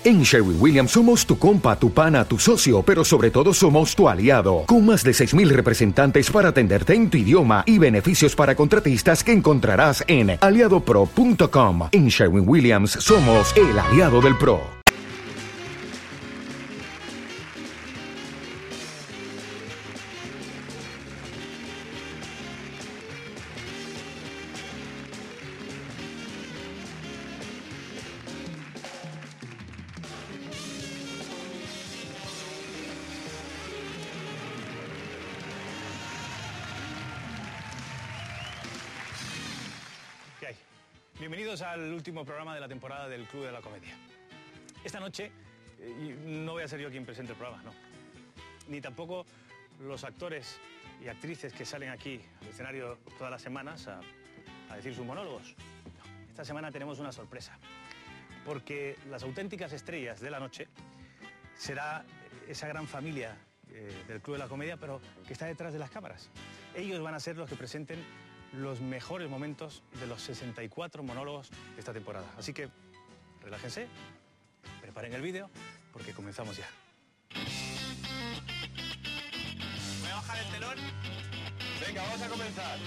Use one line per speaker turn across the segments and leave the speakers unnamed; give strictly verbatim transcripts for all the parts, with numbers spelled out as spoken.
En Sherwin-Williams somos tu compa, tu pana, tu socio, pero sobre todo somos tu aliado, con más de seis mil representantes para atenderte en tu idioma y beneficios para contratistas que encontrarás en aliado pro punto com. En Sherwin-Williams somos el aliado del pro.
Bienvenidos al último programa de la temporada del Club de la Comedia. Esta noche eh, no voy a ser yo quien presente el programa, no. Ni tampoco los actores y actrices que salen aquí al escenario todas las semanas a, a decir sus monólogos. No. Esta semana tenemos una sorpresa, porque las auténticas estrellas de la noche será esa gran familia eh, del Club de la Comedia, pero que está detrás de las cámaras. Ellos van a ser los que presenten los mejores momentos de los sesenta y cuatro monólogos de esta temporada. Así que relájense, preparen el vídeo, porque comenzamos ya.
¿Voy a bajar el telón? Venga, vamos a comenzar.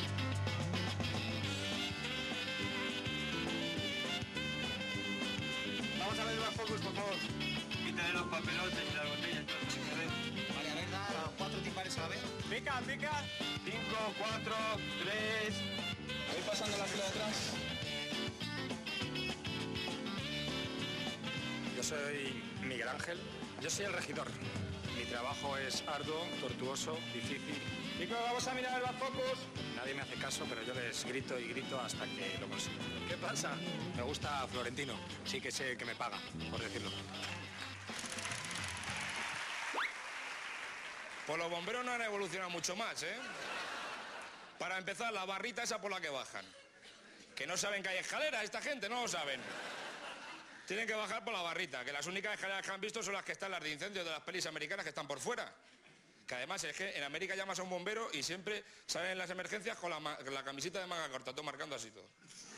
Vamos a ver más focus, por favor. Quítale los papelotes y las botellas.
Vale, a ver, da los cuatro timpares a la vez.
Pica, pica. Cinco, cuatro, tres.
Voy pasando la fila de atrás.
Yo soy Miguel Ángel. Yo soy el regidor. Mi trabajo es arduo, tortuoso, difícil.
Chicos, vamos a mirar más focus.
Nadie me hace caso, pero yo les grito y grito hasta que lo consigo. ¿Qué pasa? Me gusta Florentino. Sí que sé que me paga, por decirlo.
Pues los bomberos no han evolucionado mucho más, ¿eh? Para empezar, la barrita esa por la que bajan. Que no saben que hay escaleras, esta gente no lo saben. Tienen que bajar por la barrita, que las únicas escaleras que han visto son las que están las de incendios de las pelis americanas que están por fuera. Que además es que en América llamas a un bombero y siempre salen en las emergencias con la, la camiseta de manga corta, todo marcando así todo.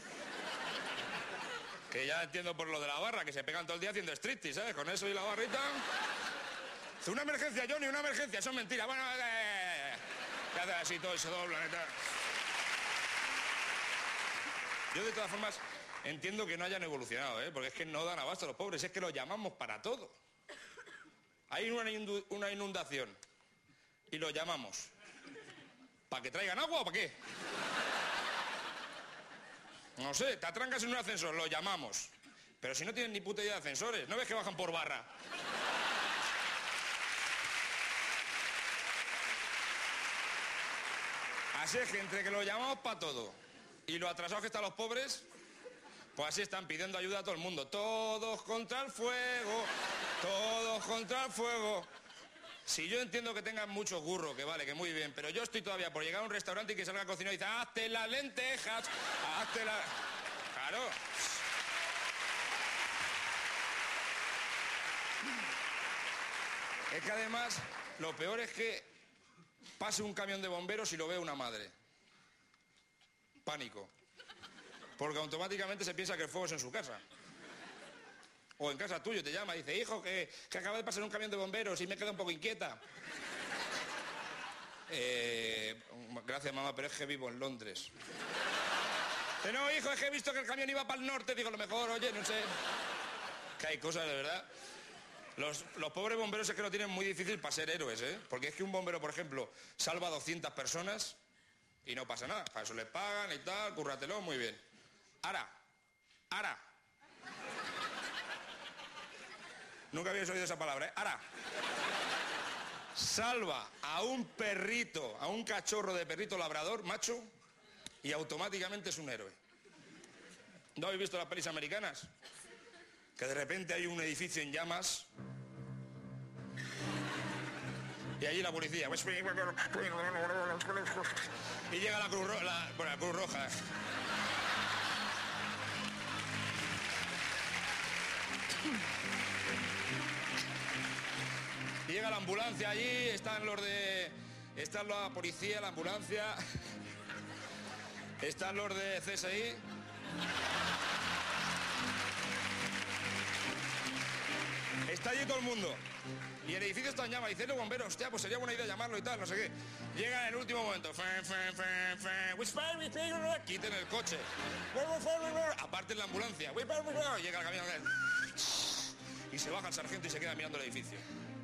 Que ya entiendo por lo de la barra, que se pegan todo el día haciendo striptease, ¿sabes? Con eso y la barrita... Una emergencia, Johnny, una emergencia, eso es mentira. Bueno, eh, ¿qué hace así todo ese doble planeta? Yo de todas formas entiendo que no hayan evolucionado, ¿eh? Porque es que no dan abasto a los pobres, es que los llamamos para todo. Hay una, inundu una inundación y los llamamos. ¿Para que traigan agua o para qué? No sé, te atrancas en un ascensor, los llamamos. Pero si no tienen ni puta idea de ascensores, ¿no ves que bajan por barra? Así es que entre que lo llamamos para todo y lo atrasados que están los pobres, pues así están pidiendo ayuda a todo el mundo. Todos contra el fuego, todos contra el fuego. Si yo entiendo que tengan mucho curro, que vale, que muy bien, pero yo estoy todavía por llegar a un restaurante y que salga a cocinar y dice, hazte las lentejas, hazte la... Claro. Es que además, lo peor es que pase un camión de bomberos y lo ve una madre. Pánico. Porque automáticamente se piensa que el fuego es en su casa. O en casa tuyo, te llama y dice, hijo, que, que acaba de pasar un camión de bomberos y me quedo un poco inquieta. Eh, gracias, mamá, pero es que vivo en Londres. Pero no, hijo, es que he visto que el camión iba para el norte. Digo, lo mejor, oye, no sé. Que hay cosas, de verdad. Los, los pobres bomberos es que lo tienen muy difícil para ser héroes, ¿eh? Porque es que un bombero, por ejemplo, salva a doscientas personas y no pasa nada. Para eso les pagan y tal, cúrratelo, muy bien. Ahora, ahora. Nunca habíais oído esa palabra, ¿eh? Ahora. Salva a un perrito, a un cachorro de perrito labrador, macho, y automáticamente es un héroe. ¿No habéis visto las pelis americanas? Que de repente hay un edificio en llamas y allí la policía y llega la Cruz, Ro la, bueno, la Cruz Roja. Y llega la ambulancia allí, están los de... Están la policía, la ambulancia... Están los de C S I... Está allí todo el mundo. Y el edificio está en llamas. Dice, los bomberos, hostia, pues sería buena idea llamarlo y tal, no sé qué. Llega en el último momento. Quiten el coche. Aparten la ambulancia. Llega el camión. Y se baja el sargento y se queda mirando el edificio.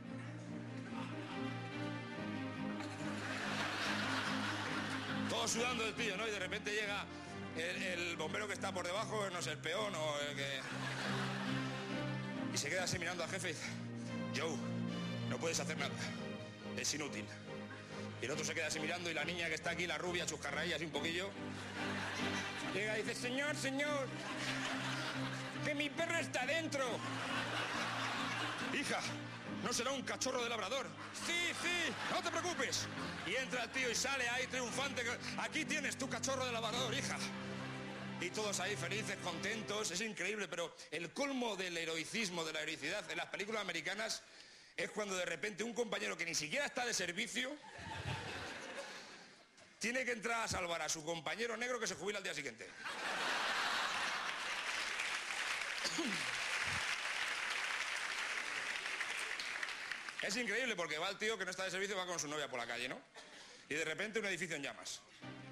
Todo sudando el tío, ¿no? Y de repente llega el, el bombero que está por debajo, no sé, el peón o el que... Y se queda así mirando al jefe y dice, Joe, no puedes hacer nada, es inútil. Y el otro se queda así mirando y la niña que está aquí, la rubia, chuscarrailla así un poquillo, llega y dice, señor, señor, que mi perro está dentro. Hija, ¿no será un cachorro de labrador? Sí, sí, no te preocupes. Y entra el tío y sale ahí triunfante. Aquí tienes tu cachorro de labrador, hija. Y todos ahí felices, contentos, es increíble, pero el colmo del heroicismo, de la heroicidad en las películas americanas es cuando de repente un compañero que ni siquiera está de servicio tiene que entrar a salvar a su compañero negro que se jubila al día siguiente. Es increíble porque va el tío que no está de servicio, va con su novia por la calle, ¿no? Y de repente un edificio en llamas.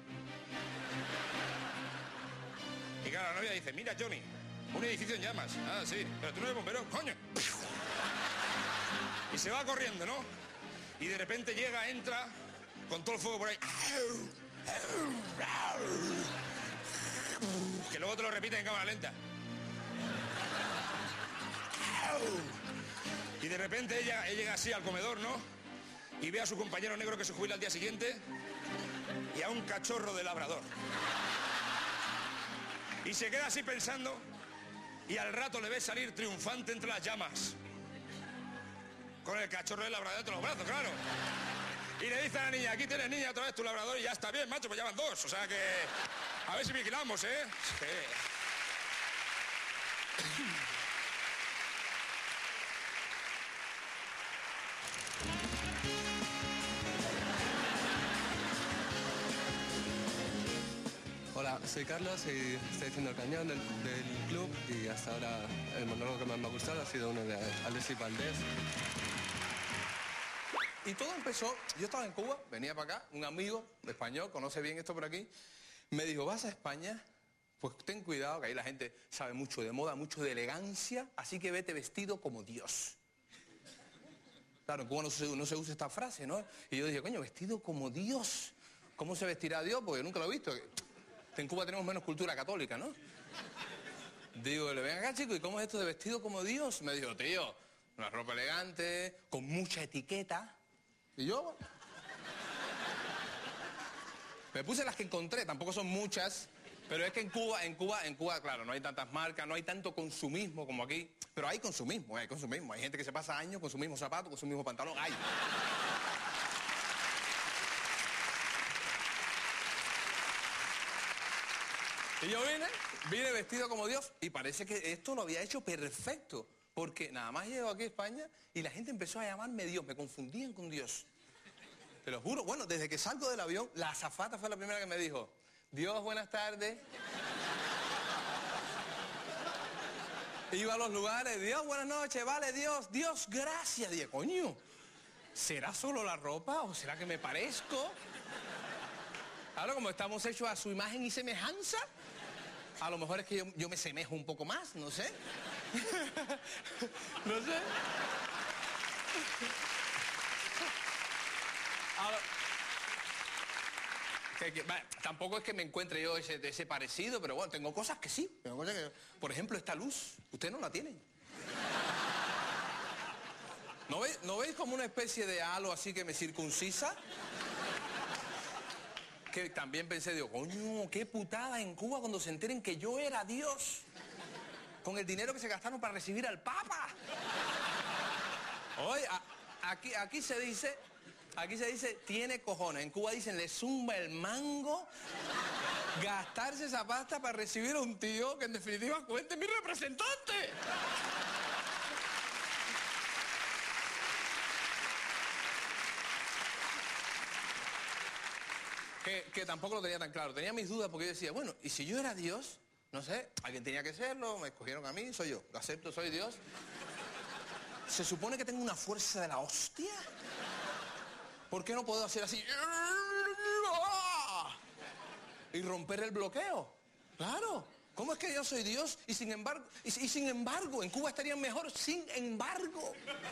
Y claro, la novia dice, mira, Johnny, un edificio en llamas. Ah, sí, pero tú no eres bombero, coño. Y se va corriendo, ¿no? Y de repente llega, entra, con todo el fuego por ahí. Que luego te lo repite en cámara lenta. Y de repente ella, ella llega así al comedor, ¿no? Y ve a su compañero negro que se jubila al día siguiente y a un cachorro de labrador. Y se queda así pensando y al rato le ve salir triunfante entre las llamas. Con el cachorro de labrador entre los brazos, claro. Y le dice a la niña, aquí tienes, niña, otra vez tu labrador y ya está bien, macho, pues ya van dos. O sea que... A ver si vigilamos, ¿eh? Sí.
Hola, soy Carlos y estoy haciendo el cañón del, del club y hasta ahora el monólogo que más me ha gustado ha sido uno de Alexis Valdés.
Y todo empezó, yo estaba en Cuba, venía para acá, un amigo español, conoce bien esto por aquí, me dijo, ¿vas a España? Pues ten cuidado, que ahí la gente sabe mucho de moda, mucho de elegancia, así que vete vestido como Dios. Claro, en Cuba no se, no se usa esta frase, ¿no? Y yo dije, coño, vestido como Dios. ¿Cómo se vestirá Dios? Porque yo nunca lo he visto. En Cuba tenemos menos cultura católica, ¿no? Digo, le ven acá, chico, ¿y cómo es esto de vestido como Dios? Me dijo, tío, una ropa elegante, con mucha etiqueta. Y yo... me puse las que encontré, tampoco son muchas, pero es que en Cuba, en Cuba, en Cuba, claro, no hay tantas marcas, no hay tanto consumismo como aquí, pero hay consumismo, hay consumismo. Hay gente que se pasa años con su mismo zapato, con su mismo pantalón, hay. Y yo vine, vine vestido como Dios y parece que esto lo había hecho perfecto, porque nada más llego aquí a España y la gente empezó a llamarme Dios, me confundían con Dios. Te lo juro, bueno, desde que salgo del avión, la azafata fue la primera que me dijo, Dios, buenas tardes. Iba a los lugares, Dios, buenas noches, vale, Dios, Dios, gracias. Dije, coño, ¿será solo la ropa o será que me parezco? Ahora, como estamos hechos a su imagen y semejanza, a lo mejor es que yo, yo me semejo un poco más, no sé. No sé. Ahora, que, que, bah, tampoco es que me encuentre yo ese, ese parecido, pero bueno, tengo cosas que sí. Tengo cosas que, por ejemplo, esta luz, usted no la tiene. ¿No veis, ¿No veis como una especie de halo así que me circuncisa? Que también pensé, digo, coño, qué putada en Cuba cuando se enteren que yo era Dios. Con el dinero que se gastaron para recibir al Papa. Oye, a, aquí, aquí se dice, aquí se dice, tiene cojones. En Cuba dicen, le zumba el mango gastarse esa pasta para recibir a un tío que en definitiva cuente mi representante. Que, que tampoco lo tenía tan claro. Tenía mis dudas porque yo decía, bueno, ¿y si yo era Dios? No sé, alguien tenía que serlo, me escogieron a mí, soy yo. Lo acepto, soy Dios. se supone que tengo una fuerza de la hostia. ¿Por qué no puedo hacer así? Y romper el bloqueo. Claro. ¿Cómo es que yo soy Dios y sin embargo, y, y sin embargo, en Cuba estarían mejor sin embargo?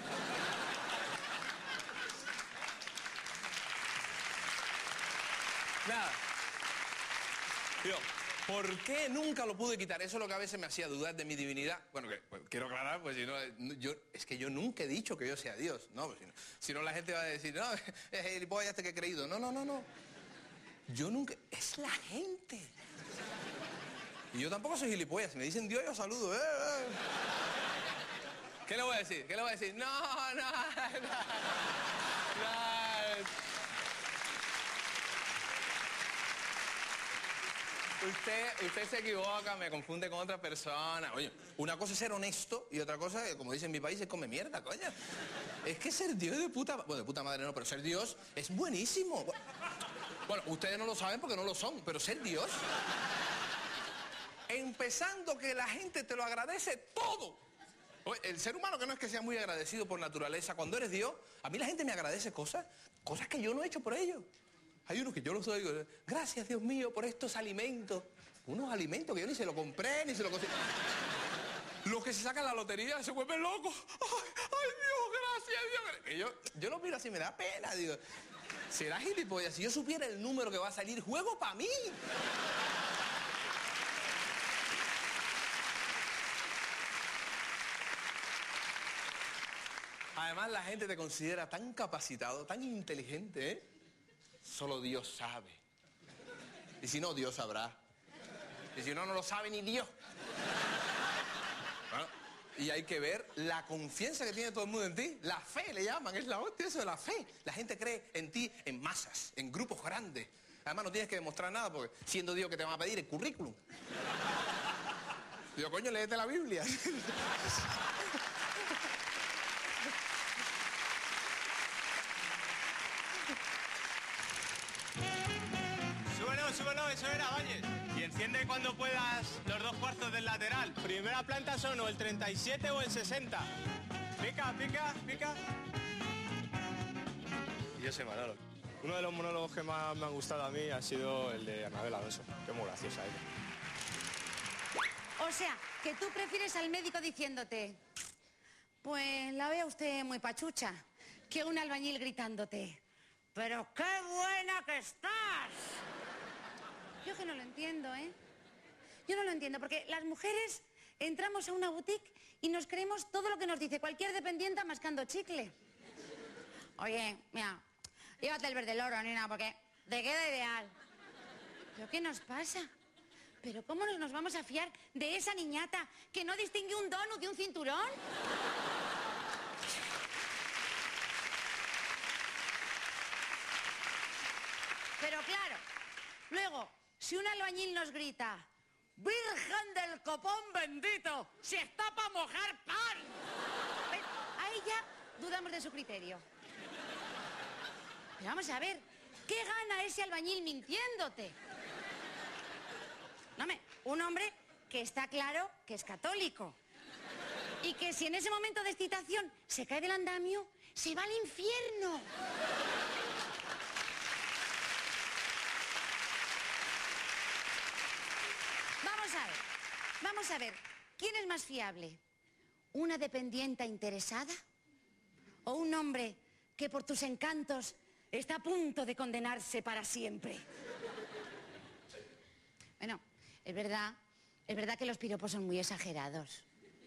Nada. Yo, ¿por qué nunca lo pude quitar? Eso es lo que a veces me hacía dudar de mi divinidad. Bueno, que, pues, quiero aclarar, pues si no, yo, es que yo nunca he dicho que yo sea Dios. No, pues, si, no si no la gente va a decir, no, es el ya este que he creído. No, no, no, no. Yo nunca... Es la gente. Y yo tampoco soy gilipollas. Si me dicen Dios, yo saludo. ¿eh? ¿eh? ¿Qué le voy a decir? ¿Qué le voy a decir? No, no, no. no. Usted, usted se equivoca, me confunde con otra persona. Oye, una cosa es ser honesto y otra cosa, como dicen en mi país, es come mierda, coño. Es que ser Dios de puta... Bueno, de puta madre no, pero ser Dios es buenísimo. Bueno, ustedes no lo saben porque no lo son, pero ser Dios... Empezando que la gente te lo agradece todo. Oye, el ser humano que no es que sea muy agradecido por naturaleza, cuando eres Dios, a mí la gente me agradece cosas, cosas que yo no he hecho por ellos. Hay unos que yo los digo, gracias Dios mío por estos alimentos. Unos alimentos que yo ni se lo compré, ni se lo conseguí. Los que se sacan la lotería se vuelven locos. Ay, ay Dios, gracias Dios. Y yo, yo lo miro así, me da pena, digo. ¿Será gilipollas? Si yo supiera el número que va a salir, juego para mí. Además, la gente te considera tan capacitado, tan inteligente, ¿eh? Solo Dios sabe. Y si no, Dios sabrá. Y si no, no lo sabe ni Dios. Bueno, y hay que ver la confianza que tiene todo el mundo en ti. La fe le llaman, es la hostia eso de la fe. La gente cree en ti en masas, en grupos grandes. Además, no tienes que demostrar nada porque siendo Dios que te van a pedir el currículum. Digo, coño, léete la Biblia.
Súbelo, eso era, Valles. Y enciende cuando puedas los dos cuartos del lateral. Primera planta son o el treinta y siete o el sesenta. Pica, pica, pica. Y yo soy Manolo. Uno de los monólogos que más me han gustado a mí ha sido el de Anabel Alonso. Qué muy graciosa ella.
O sea, que tú prefieres al médico diciéndote, pues la veo usted muy pachucha, que un albañil gritándote, pero qué buena que estás. Yo que no lo entiendo, ¿eh? Yo no lo entiendo, porque las mujeres entramos a una boutique y nos creemos todo lo que nos dice cualquier dependienta mascando chicle. Oye, mira, llévate el verde loro, nena, porque te queda ideal. ¿Pero qué nos pasa? ¿Pero cómo nos vamos a fiar de esa niñata que no distingue un donut de un cinturón? Pero claro, luego... Si un albañil nos grita, ¡Virgen del copón bendito! ¡Se está para mojar pan! ¿Ves? Ahí ya dudamos de su criterio. Pero vamos a ver, ¿qué gana ese albañil mintiéndote? No, me, un hombre que está claro que es católico. Y que si en ese momento de excitación se cae del andamio, se va al infierno. Vamos a ver, vamos a ver, ¿quién es más fiable? ¿Una dependienta interesada? ¿O un hombre que por tus encantos está a punto de condenarse para siempre? Bueno, es verdad, es verdad que los piropos son muy exagerados.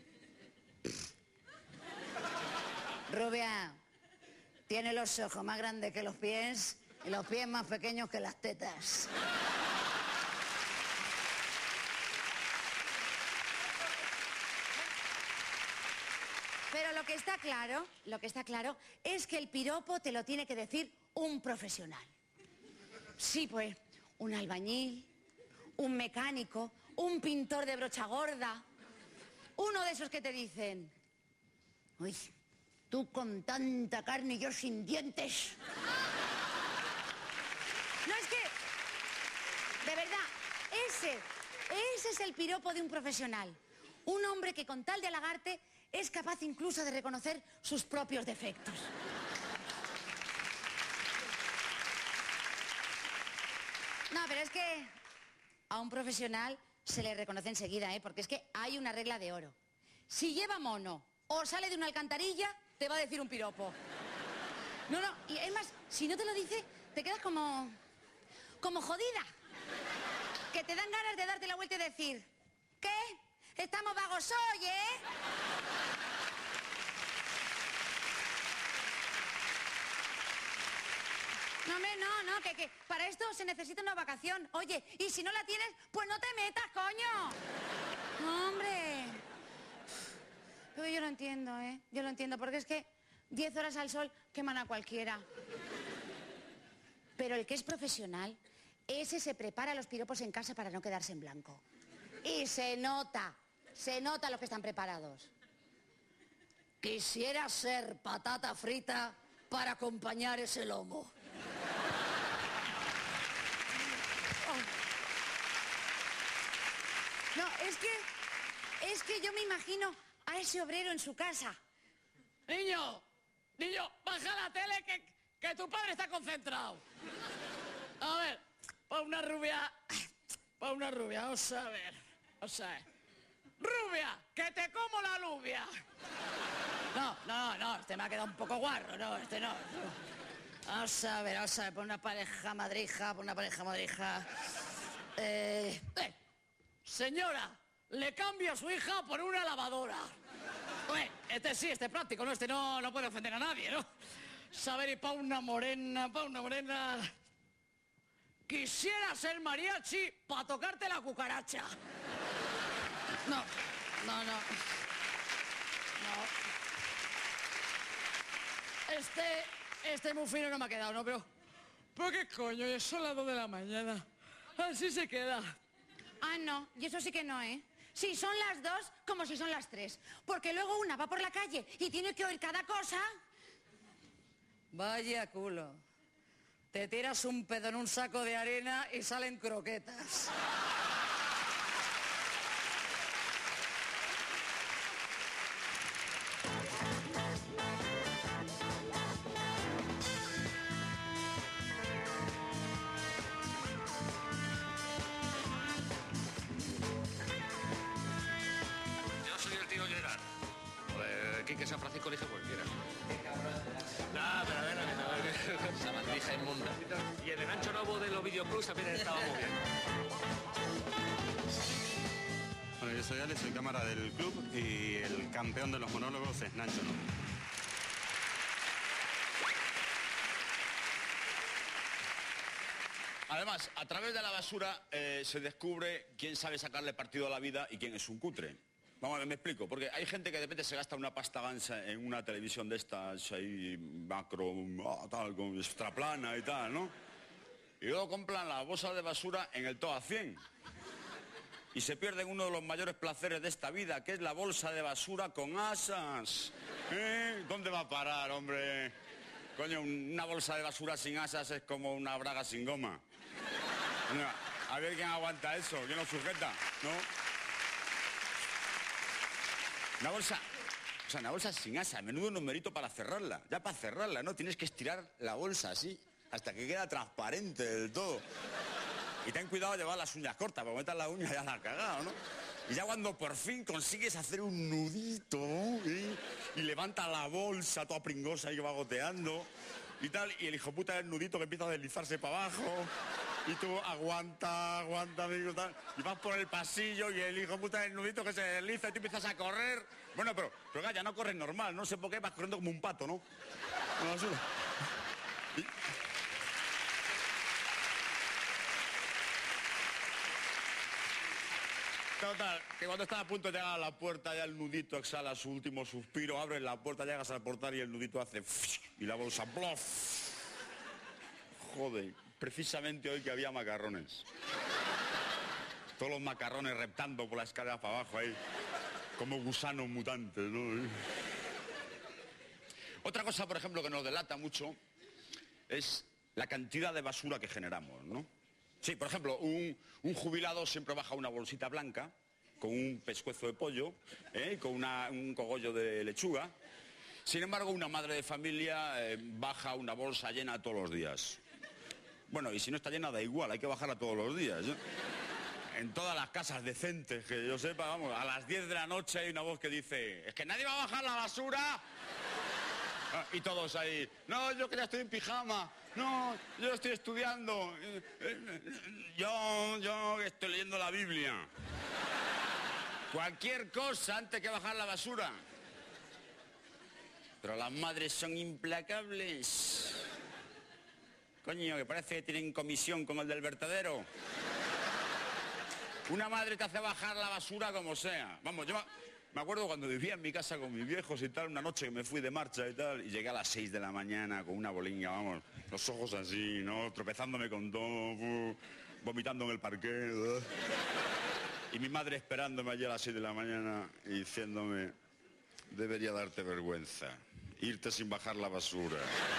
Rubia, tiene los ojos más grandes que los pies y los pies más pequeños que las tetas. Pero lo que está claro, lo que está claro es que el piropo te lo tiene que decir un profesional. Sí, pues, un albañil, un mecánico, un pintor de brocha gorda, uno de esos que te dicen, uy, tú con tanta carne y yo sin dientes. No, es que, de verdad, ese, ese es el piropo de un profesional. Un hombre que con tal de halagarte es capaz incluso de reconocer sus propios defectos. No, pero es que a un profesional se le reconoce enseguida, ¿eh? Porque es que hay una regla de oro. Si lleva mono o sale de una alcantarilla, te va a decir un piropo. No, no, y es más, si no te lo dice, te quedas como... como jodida. Que te dan ganas de darte la vuelta y decir, ¿qué? Estamos vagos hoy, ¿eh? No, hombre, no, no, que, que para esto se necesita una vacación. Oye, y si no la tienes, pues no te metas, coño. No, hombre. Pero yo lo entiendo, ¿eh? Yo lo entiendo, porque es que diez horas al sol queman a cualquiera. Pero el que es profesional, ese se prepara los piropos en casa para no quedarse en blanco. Y se nota, se nota los que están preparados. Quisiera ser patata frita para acompañar ese lomo. No, es que, es que yo me imagino a ese obrero en su casa.
Niño, niño, baja la tele que, que tu padre está concentrado. A ver, para una rubia, para una rubia, vamos a ver, vamos a ver. Rubia, que te como la alubia. No, no, no, este me ha quedado un poco guarro, no, este no. Vamos a ver, vamos a ver, por una pareja madrija, por una pareja madrija. Eh, eh, señora, le cambio a su hija por una lavadora. Oye, este sí, este práctico, ¿no? Este no, no puede ofender a nadie, ¿no? Saber, y pa' una morena, pa' una morena... Quisiera ser mariachi para tocarte la cucaracha. No, no, no. No. Este, este muy fino no me ha quedado, ¿no? Pero, ¿pero qué coño? Ya son las dos de la mañana. Así se queda.
Ah, no, y eso sí que no, ¿eh? Sí, son las dos como si son las tres. Porque luego una va por la calle y tiene que oír cada cosa.
Vaya culo. Te tiras un pedo en un saco de arena y salen croquetas.
Yo soy el tío Gerard. Joder, Quique San Francisco elige cualquiera. No, pero a ver, a ver, a ver. Esa bandija inmunda. Y el engancho nuevo de los videoclubs también estaba muy bien.
Bueno, yo soy Ale, soy cámara del club y el campeón de los monólogos es Nacho Novo.
Además, a través de la basura eh, se descubre quién sabe sacarle partido a la vida y quién es un cutre. Vamos a ver, me explico, porque hay gente que de repente se gasta una pasta gansa en una televisión de estas ahí, macro, oh, tal, con extraplana y tal, ¿no? Y luego compran la bolsa de basura en el T O A cien. Y se pierden uno de los mayores placeres de esta vida, que es la bolsa de basura con asas. ¿Eh? ¿Dónde va a parar, hombre? Coño, una bolsa de basura sin asas es como una braga sin goma. Mira, a ver quién aguanta eso, quién lo sujeta, ¿no? Una bolsa, o sea, una bolsa sin asa, menudo numerito para cerrarla. Ya para cerrarla, ¿no? Tienes que estirar la bolsa así, hasta que queda transparente del todo. Y ten cuidado de llevar las uñas cortas, porque metas la uña ya la has cagado, ¿no? Y ya cuando por fin consigues hacer un nudito, ¿no? ¿Eh? Y levanta la bolsa toda pringosa y que va goteando y tal, y el hijo puta del nudito que empieza a deslizarse para abajo. Y tú aguanta, aguanta, amigo, tal. Y vas por el pasillo y el hijo puta del nudito que se desliza y tú empiezas a correr. Bueno, pero, pero ya no corres normal, no sé por qué vas corriendo como un pato, ¿no? No, no, y... Total, que cuando estás a punto de llegar a la puerta ya el nudito exhala su último suspiro, abres la puerta, llegas al portal y el nudito hace... y la bolsa... ¡Blof! Joder, precisamente hoy que había macarrones. Todos los macarrones reptando por la escalera para abajo ahí, como gusanos mutantes, ¿no? Otra cosa, por ejemplo, que nos delata mucho es la cantidad de basura que generamos, ¿no? Sí, por ejemplo, un, un jubilado siempre baja una bolsita blanca con un pescuezo de pollo, ¿eh? Con una, un cogollo de lechuga. Sin embargo, una madre de familia eh, baja una bolsa llena todos los días. Bueno, y si no está llena, da igual, hay que bajarla todos los días, ¿eh? En todas las casas decentes, que yo sepa, vamos, a las diez de la noche hay una voz que dice, ¿es que nadie va a bajar la basura? Ah, y todos ahí, no, yo que ya estoy en pijama, no, yo estoy estudiando, yo, yo estoy leyendo la Biblia. Cualquier cosa antes que bajar la basura. Pero las madres son implacables. Coño, que parece que tienen comisión con el del vertedero. Una madre te hace bajar la basura como sea. Vamos, yo me acuerdo cuando vivía en mi casa con mis viejos y tal, una noche que me fui de marcha y tal, y llegué a las seis de la mañana con una bolinga, vamos, los ojos así, ¿no? Tropezándome con todo, vomitando en el parqué. ¿no? Y mi madre esperándome allí a las seis de la mañana y diciéndome, debería darte vergüenza, irte sin bajar la basura.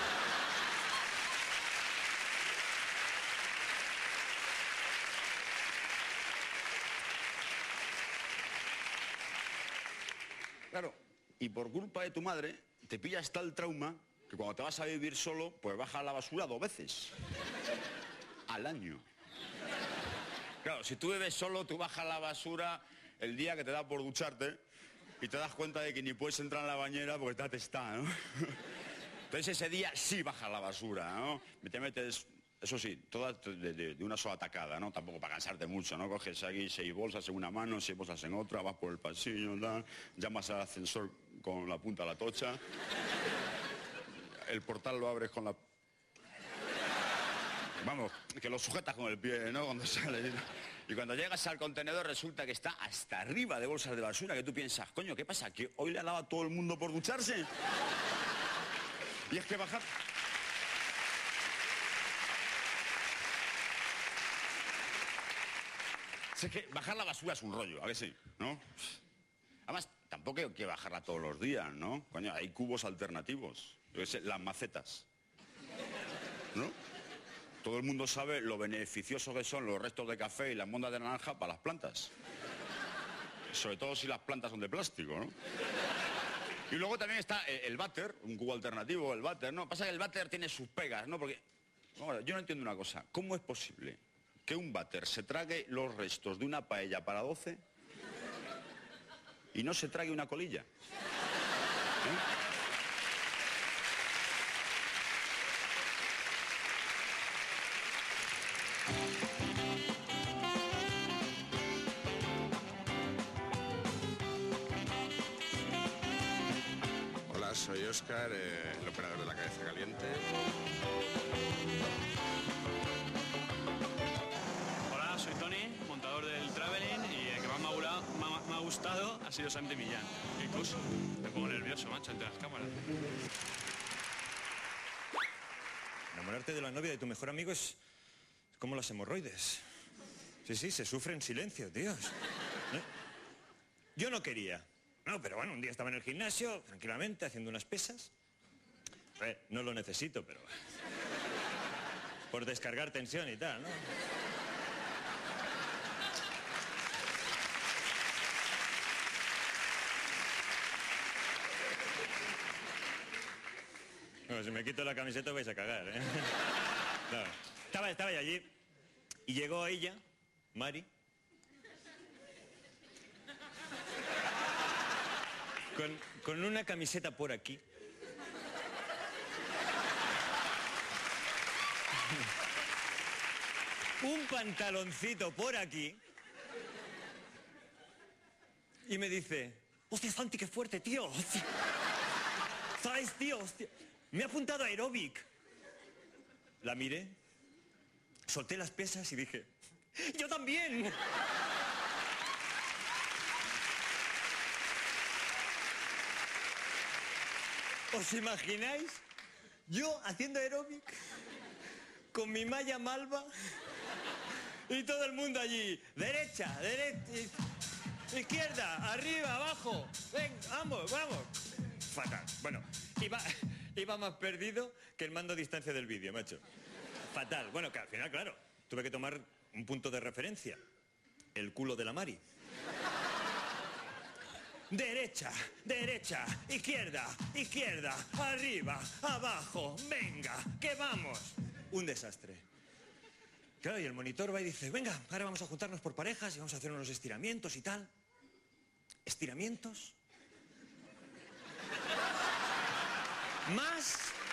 Claro, y por culpa de tu madre te pillas tal trauma que cuando te vas a vivir solo, pues bajas la basura dos veces al año. Claro, si tú vives solo, tú bajas la basura el día que te da por ducharte y te das cuenta de que ni puedes entrar en la bañera porque te atestás, ¿no? Entonces ese día sí bajas la basura, ¿no? Te metes, eso sí, todas de, de, de una sola tacada, ¿no? Tampoco para cansarte mucho, ¿no? Coges aquí seis bolsas en una mano, seis bolsas en otra, vas por el pasillo, tal, llamas al ascensor con la punta de la tocha, el portal lo abres con la... Vamos, que lo sujetas con el pie, ¿no? Cuando sales. Y cuando llegas al contenedor resulta que está hasta arriba de bolsas de basura, que tú piensas, coño, ¿qué pasa? ¿Que hoy le ha dado a todo el mundo por ducharse? Y es que bajar... Es que bajar la basura es un rollo, ¿a que sí? ¿No? Además, tampoco hay que bajarla todos los días, ¿no? Coño, hay cubos alternativos. Yo qué sé, las macetas. ¿No? Todo el mundo sabe lo beneficioso que son los restos de café y las mondas de naranja para las plantas. Sobre todo si las plantas son de plástico, ¿no? Y luego también está el váter, un cubo alternativo, el váter, ¿no? Pasa que el váter tiene sus pegas, ¿no? Porque, ahora, yo no entiendo una cosa. ¿Cómo es posible que un váter se trague los restos de una paella para doce y no se trague una colilla? ¿Eh?
Soy Óscar, eh, el operador de La Cabeza Caliente.
Hola, soy Tony, montador del Traveling, y el que más me ha, gustado, me, me ha gustado ha sido Santi Millán. Incluso me pongo nervioso, macho, entre las cámaras.
Enamorarte de la novia de tu mejor amigo es como las hemorroides. Sí, sí, se sufre en silencio, Dios. ¿Eh? Yo no quería. No, pero bueno, un día estaba en el gimnasio, tranquilamente, haciendo unas pesas. Eh, no lo necesito, pero... por descargar tensión y tal, ¿no? Bueno, si me quito la camiseta vais a cagar, ¿eh? No. Estaba, estaba yo allí y llegó ella, Mari... Con, con una camiseta por aquí. Un pantaloncito por aquí. Y me dice, hostia, Santi, qué fuerte, tío. Hostia. ¿Sabes, tío? Hostia. Me ha apuntado a aeróbic. La miré, solté las pesas y dije, ¡yo también! ¿Os imagináis? Yo haciendo aeróbic con mi malla malva y todo el mundo allí. Derecha, derecha, izquierda, arriba, abajo. Ven, vamos, vamos. Fatal. Bueno, iba, iba más perdido que el mando a distancia del vídeo, macho. Fatal. Bueno, que al final, claro, tuve que tomar un punto de referencia. El culo de la Mari. derecha, derecha, izquierda, izquierda, arriba, abajo, venga, que vamos. Un desastre. Claro, y el monitor va y dice, venga, ahora vamos a juntarnos por parejas y vamos a hacer unos estiramientos y tal. ¿Estiramientos? Más...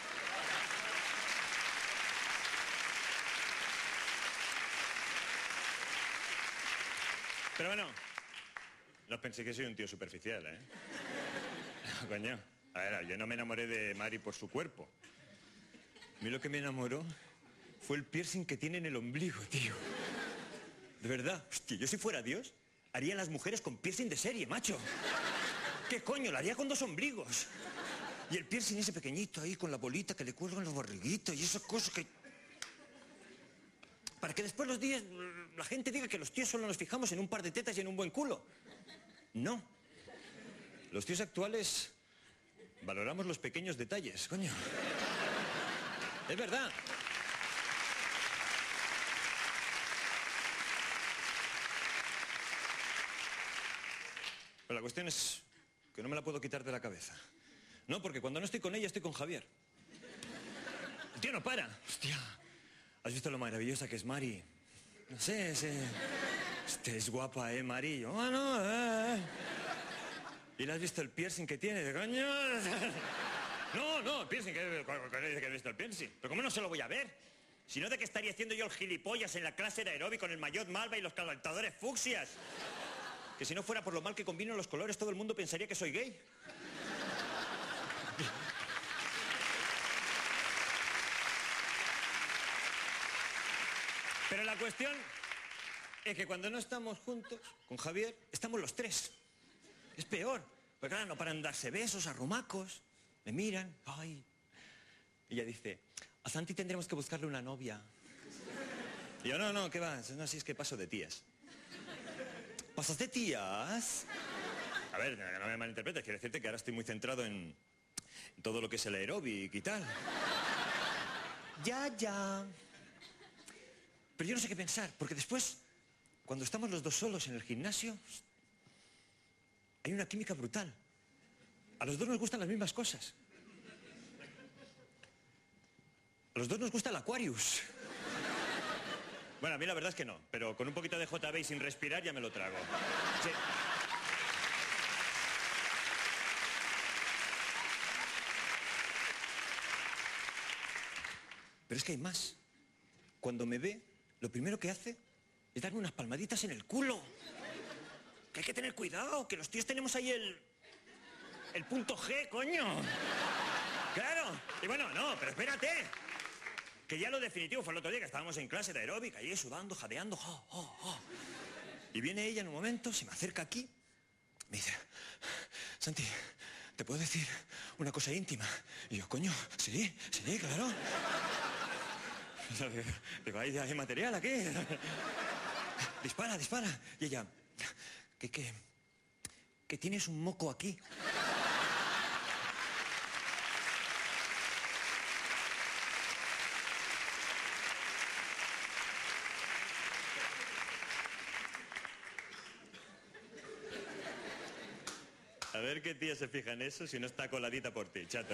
Pero bueno, no pensé que soy un tío superficial, ¿eh? No, coño. A ver, yo no me enamoré de Mari por su cuerpo. A mí lo que me enamoró fue el piercing que tiene en el ombligo, tío. De verdad. Hostia, yo si fuera Dios, haría a las mujeres con piercing de serie, macho. ¿Qué coño? Lo haría con dos ombligos. Y el piercing ese pequeñito ahí con la bolita que le cuelgan los barriguitos y esas cosas que... Para que después los días la gente diga que los tíos solo nos fijamos en un par de tetas y en un buen culo. No. Los tíos actuales valoramos los pequeños detalles, coño. Es verdad. Pero la cuestión es que no me la puedo quitar de la cabeza. No, porque cuando no estoy con ella estoy con Javier. El tío no para. Hostia. ¿Has visto lo maravillosa que es Mari? No sé, ese... Este es guapa, ¿eh, Mari? Yo, ah, no, eh, eh. ¿Y le has visto el piercing que tiene? ¿Coño? No, no, el piercing, ¿qué dice que has visto el piercing? ¿Pero cómo no se lo voy a ver? Si no, ¿de qué estaría haciendo yo el gilipollas en la clase de aeróbic con el maillot malva y los calentadores fucsias? Que si no fuera por lo mal que combino los colores, todo el mundo pensaría que soy gay. Pero la cuestión es que cuando no estamos juntos con Javier, estamos los tres. Es peor. Porque claro, no paran de darse besos, arrumacos. Me miran, ay. Y ella dice, a Santi tendremos que buscarle una novia. Y yo, no, no, ¿qué va? No, si es que paso de tías. ¿Pasas de tías? A ver, no me malinterpretes, quiero decirte que ahora estoy muy centrado en, en todo lo que es el aeróbic y tal. Ya, ya. Pero yo no sé qué pensar, porque después, cuando estamos los dos solos en el gimnasio, hay una química brutal. A los dos nos gustan las mismas cosas. A los dos nos gusta el Aquarius. Bueno, a mí la verdad es que no, pero con un poquito de J B y sin respirar ya me lo trago. Sí. Pero es que hay más. Cuando me ve, lo primero que hace es darme unas palmaditas en el culo. Que hay que tener cuidado, que los tíos tenemos ahí el... el punto G, coño. Claro. Y bueno, no, pero espérate. Que ya lo definitivo fue el otro día que estábamos en clase de aeróbica, ahí sudando, jadeando. Oh, oh, oh. Y viene ella en un momento, se me acerca aquí, me dice, Santi, ¿te puedo decir una cosa íntima? Y yo, coño, sí, sí, claro. Digo, ¿hay, hay material aquí? Dispara, dispara. Y ella, ¿qué, qué? Que tienes un moco aquí. A ver qué tía se fija en eso si no está coladita por ti, chato.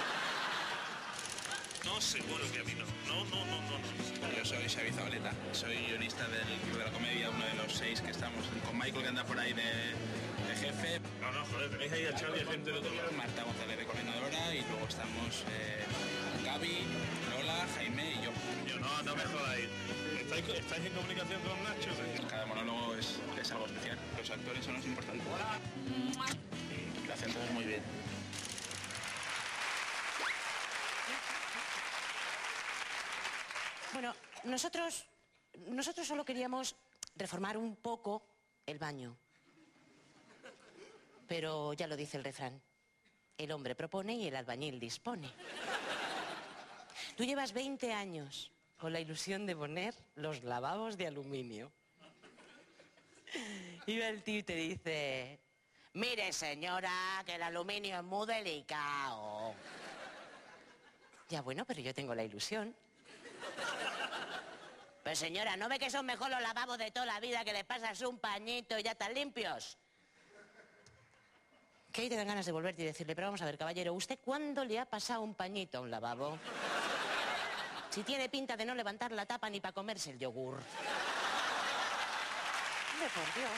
No, seguro que a mí no. No, no, no, no, no.
Yo soy Xavi Zabaleta, soy guionista del Club de la Comedia, uno de los seis que estamos con Michael, que anda por ahí de, de jefe.
No, no, joder, tenéis ahí a Xavi y a gente de otro lado.
Marta González de coordinadora y luego estamos eh, Gaby, Lola, Jaime y yo.
Yo no, no me jodáis. ¿Estáis, ¿Estáis en comunicación con Nacho?
Cada monólogo es, es algo especial. Los actores son los importantes. Hola. Y lo hacen todos muy bien.
Bueno, nosotros, nosotros solo queríamos reformar un poco el baño. Pero ya lo dice el refrán. El hombre propone y el albañil dispone. Tú llevas veinte años con la ilusión de poner los lavabos de aluminio. Y va el tío y te dice, mire señora, que el aluminio es muy delicado. Ya bueno, pero yo tengo la ilusión. Pues señora, ¿no ve que son mejor los lavabos de toda la vida, que le pasas un pañito y ya están limpios? Que ahí te dan ganas de volverte y decirle, pero vamos a ver, caballero, ¿usted cuándo le ha pasado un pañito a un lavabo? Si tiene pinta de no levantar la tapa ni para comerse el yogur. Hombre, por Dios.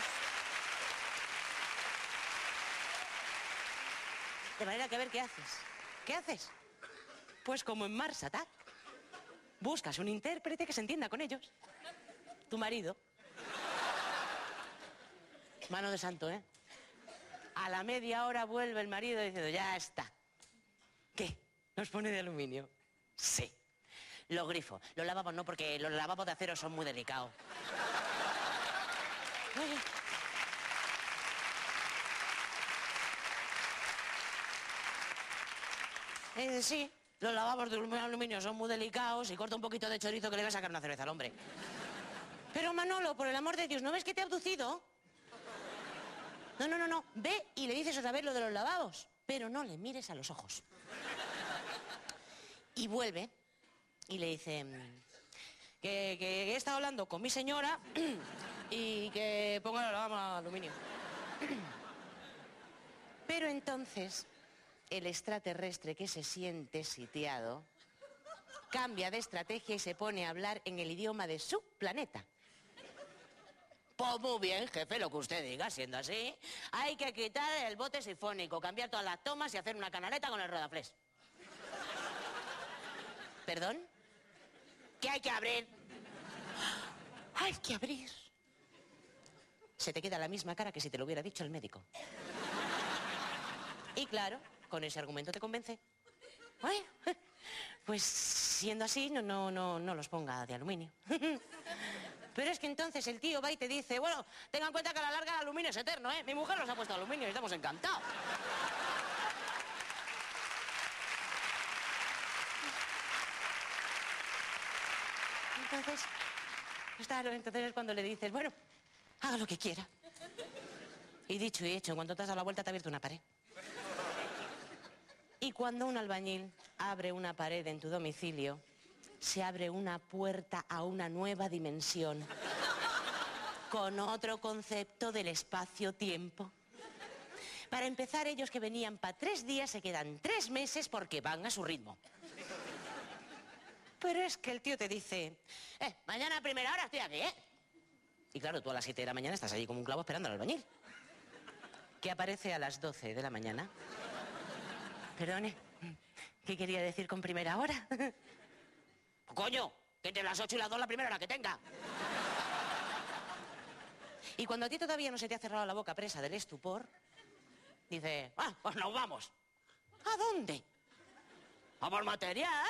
De manera que a ver, ¿qué haces? ¿Qué haces? Pues como en Mars Attack. Buscas un intérprete que se entienda con ellos. Tu marido. Mano de santo, ¿eh? A la media hora vuelve el marido diciendo, ya está. ¿Qué? ¿Nos pone de aluminio? Sí. Los grifos. Los lavabos no, porque los lavabos de acero son muy delicados. Oye. Eh, sí, los lavabos de aluminio son muy delicados y corta un poquito de chorizo que le va a sacar una cerveza al hombre. Pero Manolo, por el amor de Dios, ¿no ves que te ha abducido? No, no, no, no. Ve y le dices otra vez lo de los lavabos, pero no le mires a los ojos. Y vuelve y le dice que, que he estado hablando con mi señora y que ponga los lavabos de aluminio. Pero entonces el extraterrestre, que se siente sitiado, cambia de estrategia y se pone a hablar en el idioma de su planeta. Pues muy bien, jefe, lo que usted diga. Siendo así, hay que quitar el bote sifónico, cambiar todas las tomas y hacer una canaleta con el rodaflex. ¿Perdón? ¿Qué hay que abrir? Hay que abrir. Se te queda la misma cara que si te lo hubiera dicho el médico. Y claro, con ese argumento te convence. Bueno, pues siendo así, no, no, no, no los ponga de aluminio. Pero es que entonces el tío va y te dice, bueno, tengan en cuenta que a la larga el aluminio es eterno, ¿eh? Mi mujer los ha puesto aluminio y estamos encantados. Entonces, pues claro, entonces es cuando le dices, bueno, haga lo que quiera. Y dicho y hecho, cuando te has dado la vuelta te ha abierto una pared. Y cuando un albañil abre una pared en tu domicilio, se abre una puerta a una nueva dimensión, con otro concepto del espacio-tiempo. Para empezar, ellos que venían para tres días se quedan tres meses porque van a su ritmo. Pero es que el tío te dice, eh, mañana a primera hora estoy aquí, ¿eh? Y claro, tú a las siete de la mañana estás allí como un clavo esperando al albañil, que aparece a las doce de la mañana. Perdone, ¿qué quería decir con primera hora? Coño, que entre las ocho y las dos la primera hora que tenga. Y cuando a ti todavía no se te ha cerrado la boca presa del estupor, dice, ah, pues nos vamos. ¿A dónde? ¿A por material?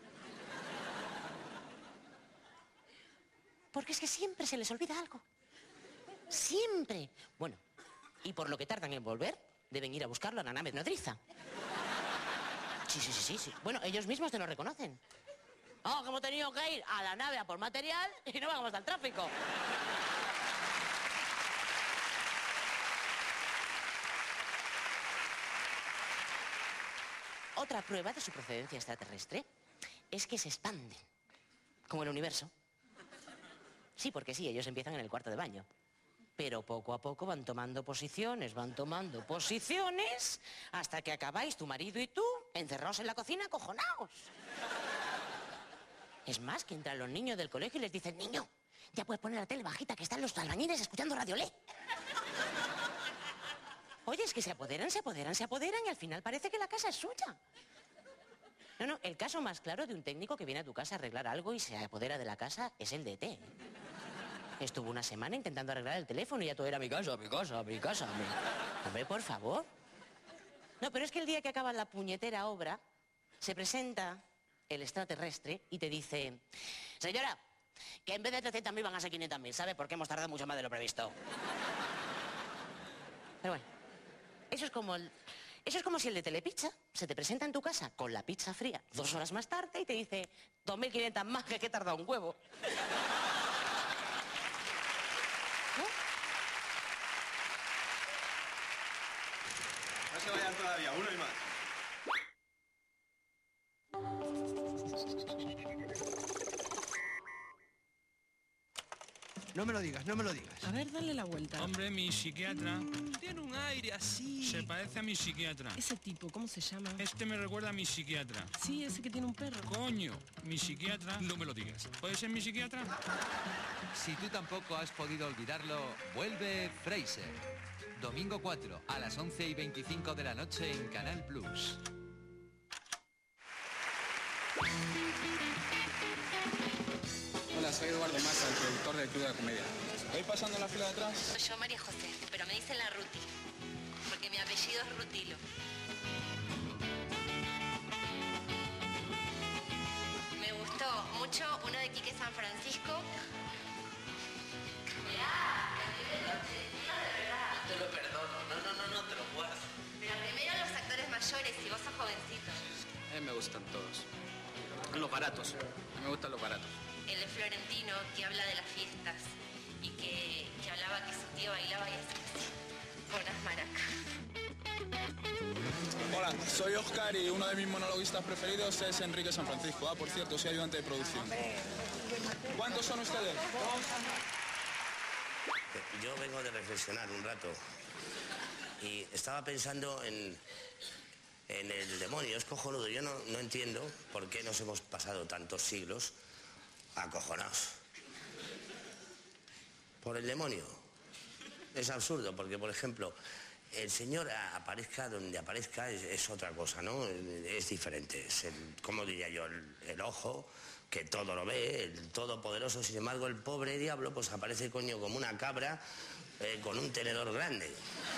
Porque es que siempre se les olvida algo. Siempre. Bueno, y por lo que tardan en volver, deben ir a buscarlo a la nave nodriza. Sí, sí, sí, sí, sí. Bueno, ellos mismos te lo reconocen. Oh, que hemos tenido que ir a la nave a por material y no vamos al tráfico. Otra prueba de su procedencia extraterrestre es que se expanden, como el universo. Sí, porque sí, ellos empiezan en el cuarto de baño. Pero poco a poco van tomando posiciones, van tomando posiciones, hasta que acabáis tu marido y tú encerrados en la cocina, acojonaos. Es más, que entran los niños del colegio y les dicen, niño, ya puedes poner la tele bajita, que están los albañiles escuchando Radio Lé. Oye, es que se apoderan, se apoderan, se apoderan y al final parece que la casa es suya. No, no, el caso más claro de un técnico que viene a tu casa a arreglar algo y se apodera de la casa es el de E T. Estuvo una semana intentando arreglar el teléfono y ya todo era mi casa, mi casa, mi casa. Mi... Hombre, por favor. No, pero es que el día que acaba la puñetera obra, se presenta el extraterrestre y te dice, señora, que en vez de trescientas mil van a ser quinientas mil, ¿sabe? Porque hemos tardado mucho más de lo previsto. Pero bueno, eso es como el... Eso es como si el de Telepizza se te presenta en tu casa con la pizza fría dos horas más tarde y te dice dos mil quinientas más, que es que he tardado un huevo. ¿No?
No se vayan todavía, uno y más. No me lo digas, no me lo digas.
A ver, dale la vuelta.
Hombre, mi psiquiatra
Tiene un aire así.
se parece a mi psiquiatra.
Ese tipo, ¿cómo se llama?
Este me recuerda a mi psiquiatra.
Sí, ese que tiene un perro.
Coño, mi psiquiatra.
No me lo digas.
¿Puede ser mi psiquiatra?
Si tú tampoco has podido olvidarlo, vuelve Fraser. Domingo cuatro, a las once y veinticinco de la noche en Canal Plus.
Hola, soy Eduardo Massa, el productor del Club de la Comedia. ¿Estoy pasando en la fila de atrás?
Soy yo, María José, pero me dicen la Ruti, porque mi apellido es Rutilo. Me gustó mucho uno de Quique San Francisco. Mirá, el nivel de no, de verdad.
Te lo perdono, no, no, no, no te lo puedo.
Pero primero los actores mayores y vos sos jovencito.
A mí me gustan todos. Los baratos. A mí me gustan los baratos.
El de Florentino, que habla de las fiestas y que, que hablaba que su tío bailaba y así, con las maracas.
Hola, soy Oscar y uno de mis monologuistas preferidos es Enrique San Francisco. Ah, por cierto, soy ayudante de producción. ¿Cuántos son ustedes?
Yo vengo de reflexionar un rato y estaba pensando en, en el demonio. Es cojonudo. Yo no, no entiendo por qué nos hemos pasado tantos siglos acojonados por el demonio. Es absurdo porque, por ejemplo, el Señor aparezca donde aparezca es, es otra cosa, ¿no? Es diferente. Es el, ¿cómo diría yo? El, el ojo que todo lo ve, el todopoderoso. Sin embargo, el pobre diablo pues aparece, coño, como una cabra eh, con un tenedor grande.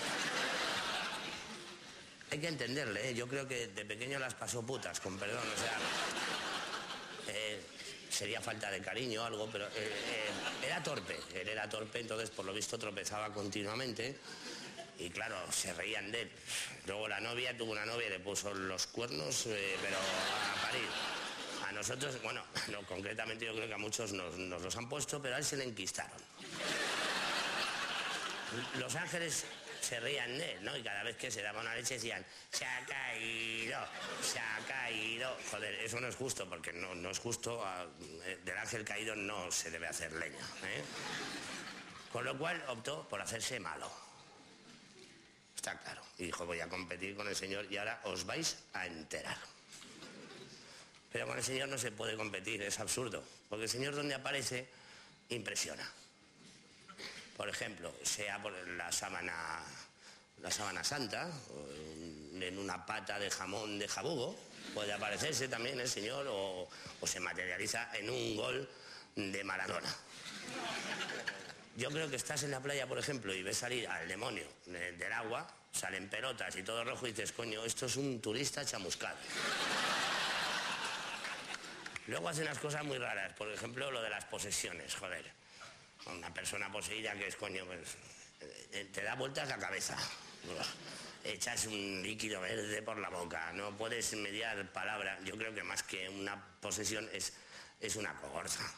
Hay que entenderle, ¿eh? Yo creo que de pequeño las pasó putas, con perdón, o sea... Eh, sería falta de cariño o algo, pero eh, eh, era torpe, él era torpe, entonces por lo visto tropezaba continuamente y claro, se reían de él. Luego la novia, tuvo una novia y le puso los cuernos, eh, pero a parir. A nosotros, bueno, no, concretamente yo creo que a muchos nos, nos los han puesto, pero a él se le enquistaron. Los ángeles se reían de él, ¿no? Y cada vez que se daba una leche decían, se ha caído, se ha caído. Joder, eso no es justo, porque no, no es justo. A, eh, del ángel caído no se debe hacer leña, ¿eh? Con lo cual optó por hacerse malo. Está claro. Y dijo, voy a competir con el Señor y ahora os vais a enterar. Pero con el Señor no se puede competir, es absurdo. Porque el Señor donde aparece, impresiona. Por ejemplo, sea por la sábana, la sábana santa, en una pata de jamón de jabugo, puede aparecerse también el Señor, o, o se materializa en un gol de Maradona. Yo creo que estás en la playa, por ejemplo, y ves salir al demonio del agua, salen pelotas y todo rojo, y dices, coño, esto es un turista chamuscado. Luego hacen unas cosas muy raras, por ejemplo, lo de las posesiones, joder. Una persona poseída que es, coño, pues, te da vueltas la cabeza. Echas un líquido verde por la boca, no puedes mediar palabra. Yo creo que más que una posesión es, es una cogorza.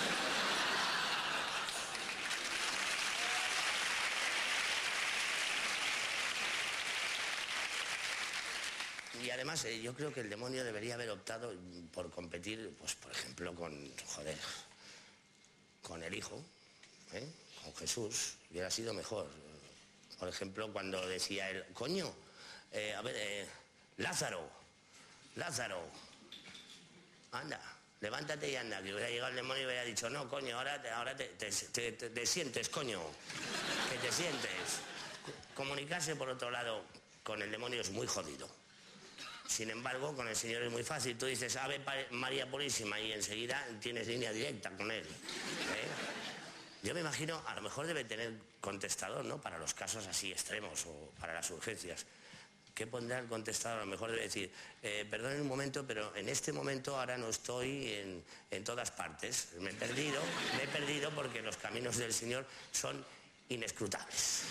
Y además eh, yo creo que el demonio debería haber optado por competir, pues por ejemplo, con, joder, con el Hijo. ¿Eh? Con Jesús, hubiera sido mejor. Por ejemplo, cuando decía él, coño, eh, a ver, eh, Lázaro, Lázaro, anda, levántate y anda, que hubiera llegado el demonio y hubiera dicho, no, coño, ahora, te, ahora te, te, te, te, te sientes, coño, que te sientes. Comunicarse, por otro lado, con el demonio es muy jodido. Sin embargo, con el Señor es muy fácil. Tú dices, Ave María Purísima, y enseguida tienes línea directa con él. ¿Eh? Yo me imagino, a lo mejor debe tener contestador, ¿no? Para los casos así extremos o para las urgencias. ¿Qué pondrá el contestador? A lo mejor debe decir, eh, perdonen un momento, pero en este momento ahora no estoy en, en todas partes. Me he perdido, me he perdido porque los caminos del Señor son inescrutables.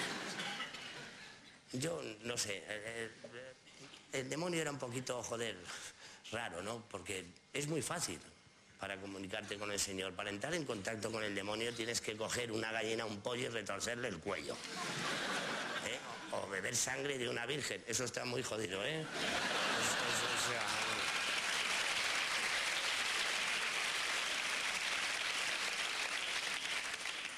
Yo no sé, el, el demonio era un poquito, joder, raro, ¿no? Porque es muy fácil para comunicarte con el Señor. Para entrar en contacto con el demonio tienes que coger una gallina, un pollo y retorcerle el cuello. ¿Eh? O beber sangre de una virgen. Eso está muy jodido, ¿eh? Eso, eso, o sea...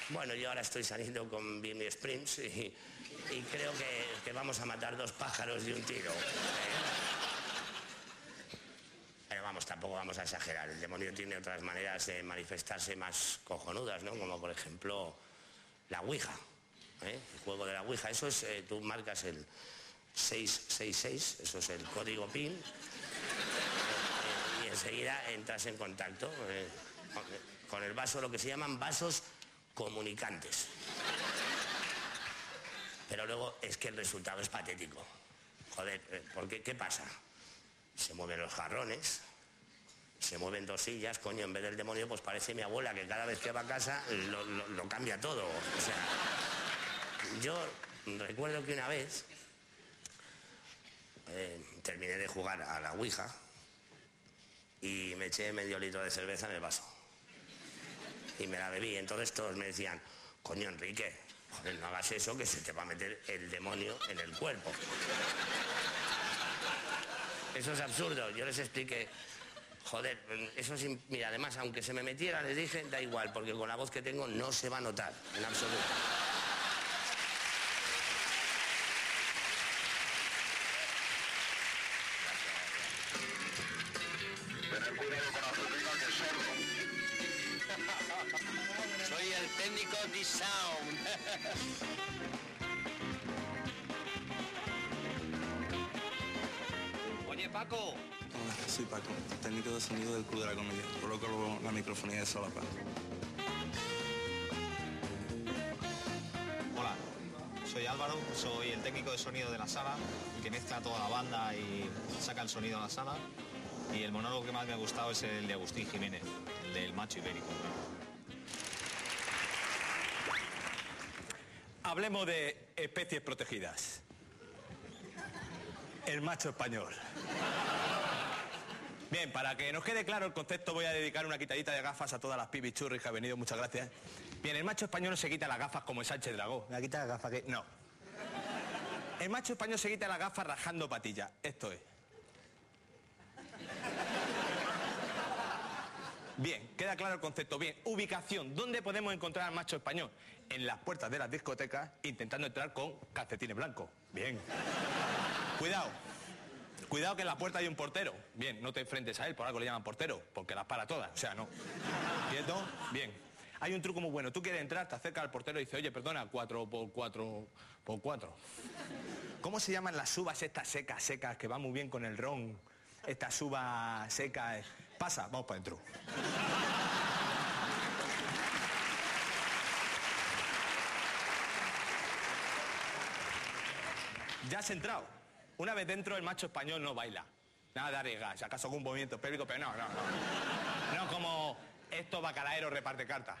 Bueno, yo ahora estoy saliendo con Birney Springs y, y creo que, que vamos a matar dos pájaros de un tiro. ¿eh? Pero vamos, tampoco vamos a exagerar. El demonio tiene otras maneras de manifestarse más cojonudas, ¿no? Como por ejemplo la Ouija, ¿eh? El juego de la Ouija. Eso es, eh, tú marcas el seis seis seis, eso es el código PIN, eh, eh, y enseguida entras en contacto eh, con, con el vaso, lo que se llaman vasos comunicantes. Pero luego es que el resultado es patético. Joder, porque ¿qué pasa? Se mueven los jarrones, se mueven dos sillas, coño, en vez del demonio pues parece mi abuela que cada vez que va a casa lo, lo, lo cambia todo. O sea, yo recuerdo que una vez eh, terminé de jugar a la Ouija y me eché medio litro de cerveza en el vaso. Y me la bebí. Entonces todos me decían, coño, Enrique, joder, no hagas eso que se te va a meter el demonio en el cuerpo. Eso es absurdo. Yo les expliqué, joder, eso es... Mira, además, aunque se me metiera, les dije, da igual, porque con la voz que tengo no se va a notar, en absoluto.
Tener cuidado con la rutina que es sordo.
Soy el técnico de sound.
Oye, Paco.
Hola, soy Paco, técnico de sonido del Club de la Comedia. Coloco la microfonía de solapa.
Hola, soy Álvaro, soy el técnico de sonido de la sala, que mezcla toda la banda y saca el sonido a la sala. Y el monólogo que más me ha gustado es el de Agustín Jiménez, el del macho ibérico.
Hablemos de especies protegidas. El macho español. Bien, para que nos quede claro el concepto, voy a dedicar una quitadita de gafas a todas las pibichurris que han venido, muchas gracias. Bien, el macho español no se quita las gafas como el Sánchez Dragó. ¿Me va a quitar las gafas que...? No. El macho español se quita las gafas rajando patillas. Esto es. Bien, queda claro el concepto. Bien, ubicación. ¿Dónde podemos encontrar al macho español? En las puertas de las discotecas, intentando entrar con calcetines blancos. Bien. Cuidado. Cuidado que en la puerta hay un portero. Bien, no te enfrentes a él, por algo le llaman portero, porque las para todas. O sea, no. ¿Quieto? Bien. Hay un truco muy bueno. Tú quieres entrar, te acercas al portero y dices, oye, perdona, cuatro por cuatro por cuatro. ¿Cómo se llaman las uvas estas secas, secas, que van muy bien con el ron? Estas uvas secas... Pasa, vamos para adentro. Ya has entrado. Una vez dentro, el macho español no baila. Nada de arriesgar, si acaso con un movimiento pélvico, pero no, no, no. No como esto bacalaero reparte cartas.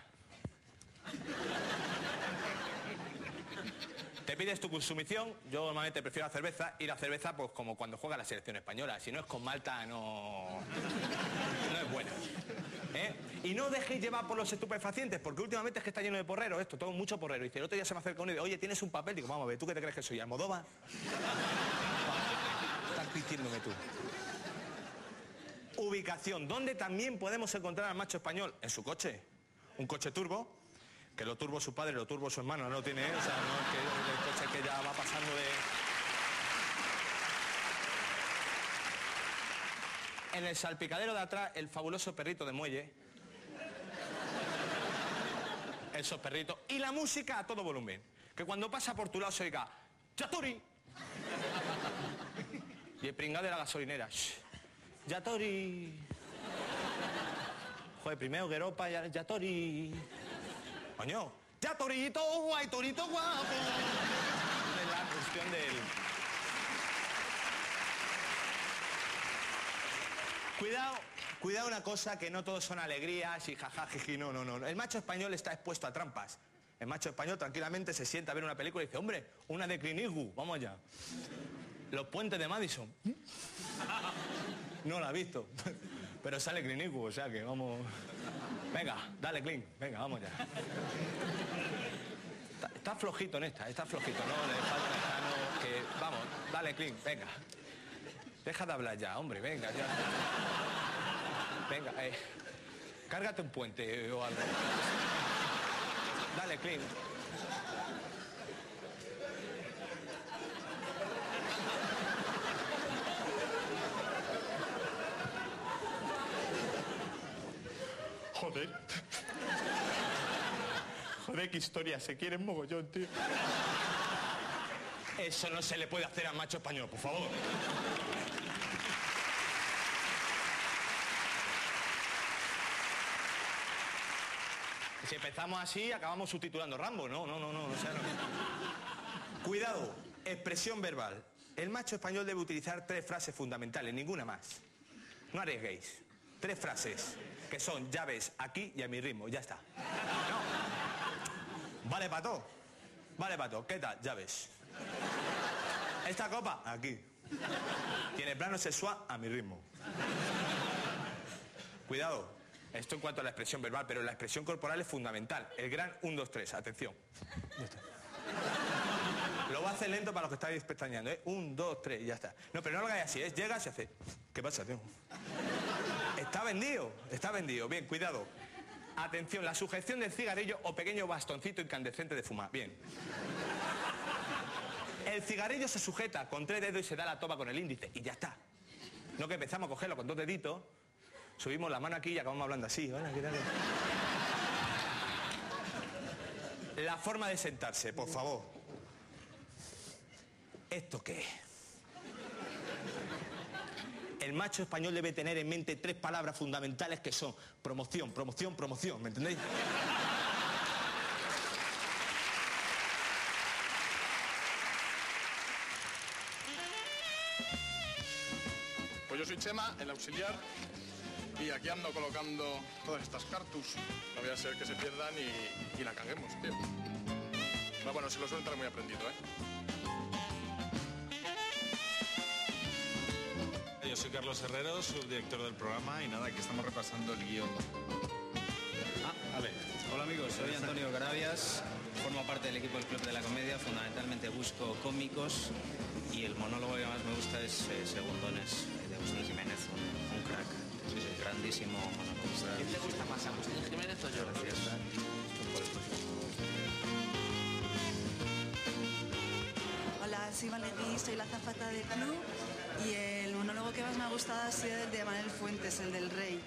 Te pides tu consumición, yo normalmente prefiero la cerveza, y la cerveza pues como cuando juega la selección española, si no es con Malta no, no es buena. ¿Eh? Y no dejéis llevar por los estupefacientes, porque últimamente es que está lleno de porreros esto, todo mucho porrero. Y dice, el otro día se me acerca uno y dice, oye, ¿tienes un papel? Digo, vamos a ver, ¿tú qué te crees que soy, Almodóvar? Estás pistiéndome tú. Ubicación, ¿dónde también podemos encontrar al macho español? En su coche, un coche turbo, que lo turbo su padre, lo turbo su hermano, no lo tiene él, o sea, no es que el coche que ya va pasando de... En el salpicadero de atrás, el fabuloso perrito de muelle. Esos perritos. Y la música a todo volumen. Que cuando pasa por tu lado se oiga, ¡Yatori! Y el pringado de la gasolinera, ¡Shh! ¡Yatori! Joder, primero Gueropa, ¡Yatori! Coño, ya torito guay, torito guapo. Es la cuestión del... Cuidado, cuidado una cosa, que no todos son alegrías y jajajiji, no, no, no. El macho español está expuesto a trampas. El macho español tranquilamente se sienta a ver una película y dice, hombre, una de Clint Eastwood, vamos allá. Los puentes de Madison. No la ha visto, pero sale Clint Eastwood, o sea que vamos... Venga, dale, Clint, venga, vamos ya. Está, está flojito en esta, está flojito, no le falta esta, no, que... Vamos, dale, Clint, venga. Deja de hablar ya, hombre, venga, ya. Venga, eh, cárgate un puente o algo. Dale, Clint. Joder. Joder, qué historia. Se quieren mogollón, tío. Eso no se le puede hacer a macho español, por favor. Si empezamos así, acabamos subtitulando Rambo. No, no, no, no. O sea, no. Cuidado, expresión verbal. El macho español debe utilizar tres frases fundamentales, ninguna más. No arriesguéis. Tres frases, que son ya ves, aquí y a mi ritmo, ya está. No. Vale para todo. Vale para todo. ¿Qué tal? Ya ves. Esta copa, aquí. Tiene plano sexual a mi ritmo. Cuidado. Esto en cuanto a la expresión verbal, pero la expresión corporal es fundamental. El gran uno, dos, tres. Atención. Ya está. Lo voy a hacer lento para los que estáis pestañeando, ¿eh? Un, dos, tres y ya está. No, pero no lo hagáis así, ¿eh? Llegas y hace... ¿Qué pasa, tío? Está vendido, está vendido. Bien, cuidado. Atención, la sujeción del cigarrillo o pequeño bastoncito incandescente de fumar. Bien. El cigarrillo se sujeta con tres dedos y se da la toma con el índice. Y ya está. No que empezamos a cogerlo con dos deditos, subimos la mano aquí y acabamos hablando así. Hola, ¿qué tal? La forma de sentarse, por favor. ¿Esto qué es? El macho español debe tener en mente tres palabras fundamentales que son promoción, promoción, promoción, ¿me entendéis?
Pues yo soy Chema, el auxiliar, y aquí ando colocando todas estas cartus. No voy a ser que se pierdan y, y la caguemos, tío. Pero bueno, se lo suelo entrar muy aprendido, ¿eh?
Yo soy Carlos Herrero, subdirector del programa, y nada, aquí estamos repasando el guión.
Ah, vale. Hola amigos, soy Antonio Carabias, formo parte del equipo del Club de la Comedia, fundamentalmente busco cómicos y el monólogo que más me gusta es eh, Segundones, de Agustín Jiménez, un, un crack, sí, sí, grandísimo monologuista.
¿Quién te gusta más, Agustín Jiménez o yo?
Gracias.
Hola, soy Valegui, soy la azafata del club y el monólogo que más me ha gustado ha sido el de Manuel Fuentes, el del rey.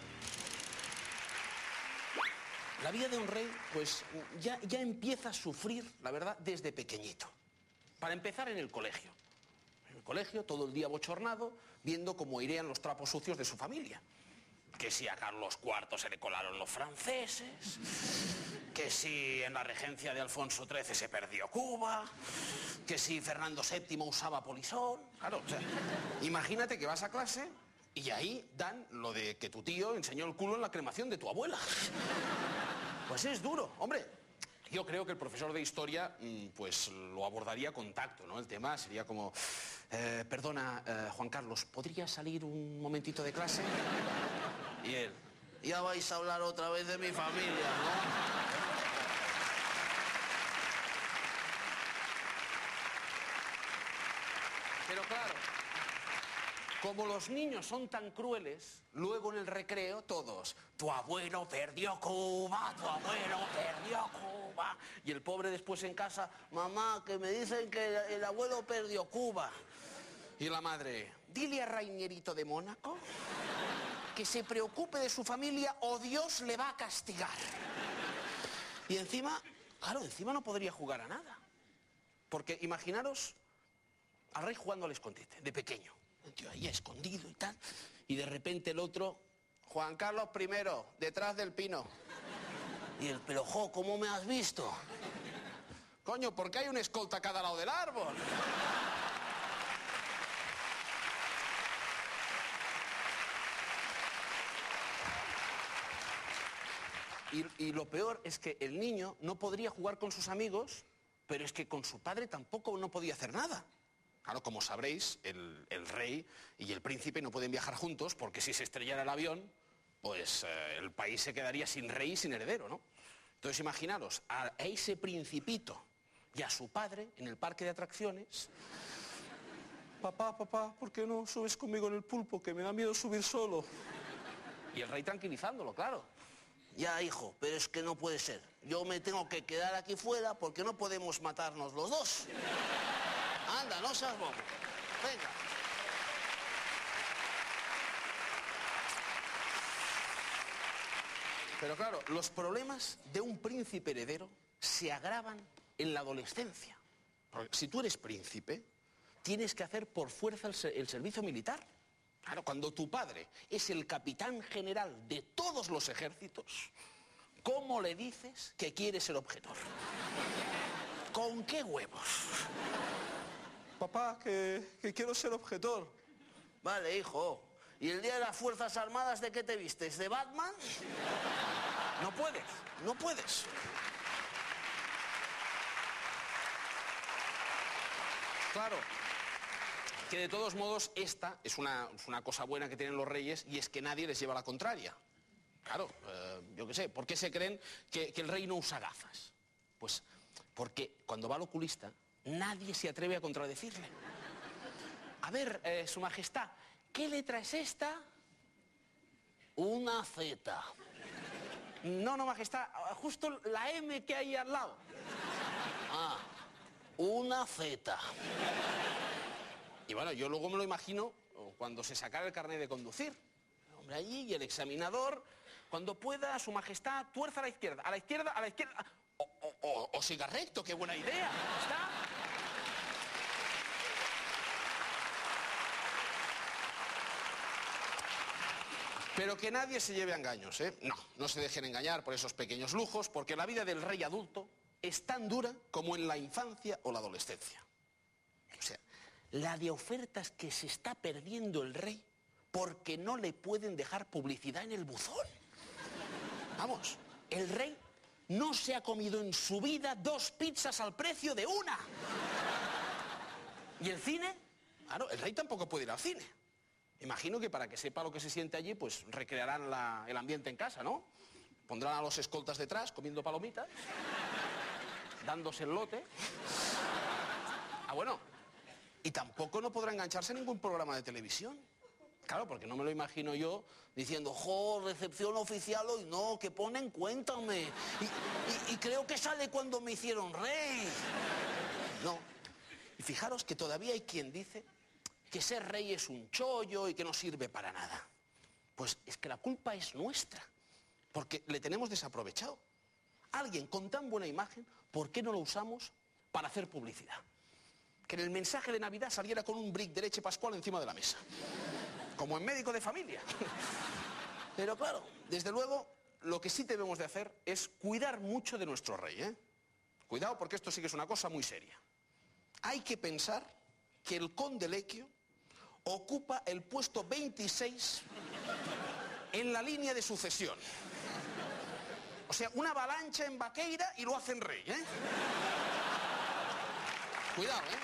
La vida de un rey, pues ya, ya empieza a sufrir, la verdad, desde pequeñito. Para empezar, en el colegio. En el colegio, todo el día bochornado, viendo cómo airean los trapos sucios de su familia. Que si a Carlos cuarto se le colaron los franceses, que si en la regencia de Alfonso trece se perdió Cuba, que si Fernando séptimo usaba polisón. Claro, o sea, imagínate que vas a clase y ahí dan lo de que tu tío enseñó el culo en la cremación de tu abuela. Pues es duro, hombre. Yo creo que el profesor de historia, pues lo abordaría con tacto, ¿no? El tema sería como, eh, perdona, eh, Juan Carlos, ¿podría salir un momentito de clase? Y él, ya vais a hablar otra vez de mi familia, ¿no? Pero claro, como los niños son tan crueles, luego en el recreo todos, tu abuelo perdió Cuba, tu abuelo perdió Cuba. Y el pobre después en casa, mamá, que me dicen que el abuelo perdió Cuba. Y la madre, dile a Rainierito de Mónaco que se preocupe de su familia o Dios le va a castigar. Y encima, claro, encima no podría jugar a nada. Porque imaginaros al rey jugando al escondite, de pequeño. Un tío ahí escondido y tal. Y de repente el otro, Juan Carlos primero, detrás del pino. Y el, pero jo, ¿cómo me has visto? Coño, porque hay un escolta a cada lado del árbol. Y, y lo peor es que el niño no podría jugar con sus amigos, pero es que con su padre tampoco no podía hacer nada. Claro, como sabréis, el, el rey y el príncipe no pueden viajar juntos porque si se estrellara el avión, pues eh, el país se quedaría sin rey y sin heredero, ¿no? Entonces imaginaros a ese principito y a su padre en el parque de atracciones. Papá, papá, ¿por qué no subes conmigo en el pulpo? Que me da miedo subir solo. Y el rey tranquilizándolo, claro.
Ya, hijo, pero es que no puede ser. Yo me tengo que quedar aquí fuera porque no podemos matarnos los dos. Anda, no seas bobo. Venga. Pero claro, los problemas de un príncipe heredero se agravan en la adolescencia. Porque si tú eres príncipe, tienes que hacer por fuerza el, el servicio militar. Claro, cuando tu padre es el capitán general de todos los ejércitos, ¿cómo le dices que quiere ser objetor? ¿Con qué huevos?
Papá, que, que quiero ser objetor.
Vale, hijo. ¿Y el día de las Fuerzas Armadas de qué te vistes? ¿De Batman? No puedes, no puedes. Claro, que de todos modos esta es una, es una cosa buena que tienen los reyes y es que nadie les lleva la contraria. Claro, eh, yo qué sé, ¿por qué se creen que, que el rey no usa gafas? Pues porque cuando va al oculista nadie se atreve a contradecirle. A ver, eh, su majestad, ¿qué letra es esta? Una Z. No, no, majestad, justo la M que hay al lado. Ah, una Z. Y bueno, yo luego me lo imagino cuando se sacara el carnet de conducir. El hombre allí y el examinador, cuando pueda, su majestad, tuerza a la izquierda, a la izquierda, a la izquierda. O, o, o, o siga recto, qué buena idea. ¿Está? Pero que nadie se lleve a engaños, ¿eh? No, no se dejen engañar por esos pequeños lujos, porque la vida del rey adulto es tan dura como en la infancia o la adolescencia. O sea, la de ofertas que se está perdiendo el rey porque no le pueden dejar publicidad en el buzón. Vamos, el rey no se ha comido en su vida dos pizzas al precio de una. ¿Y el cine? Claro, el rey tampoco puede ir al cine. Imagino que para que sepa lo que se siente allí, pues recrearán la, el ambiente en casa, ¿no? Pondrán a los escoltas detrás comiendo palomitas, dándose el lote. Ah, bueno, y tampoco no podrá engancharse a ningún programa de televisión. Claro, porque no me lo imagino yo diciendo, jo, recepción oficial hoy no, que ponen Cuéntame. Y, y, y creo que sale Cuando me hicieron rey. No. Y fijaros que todavía hay quien dice que ser rey es un chollo y que no sirve para nada. Pues es que la culpa es nuestra, porque le tenemos desaprovechado. Alguien con tan buena imagen, ¿por qué no lo usamos para hacer publicidad? Que en el mensaje de Navidad saliera con un brick de leche pascual encima de la mesa. Como en Médico de Familia. Pero claro, desde luego, lo que sí debemos de hacer es cuidar mucho de nuestro rey, ¿eh? Cuidado, porque esto sí que es una cosa muy seria. Hay que pensar que el conde Lequio ocupa el puesto veintiséis en la línea de sucesión. O sea, una avalancha en Vaqueira y lo hacen rey, ¿eh? Cuidado, ¿eh?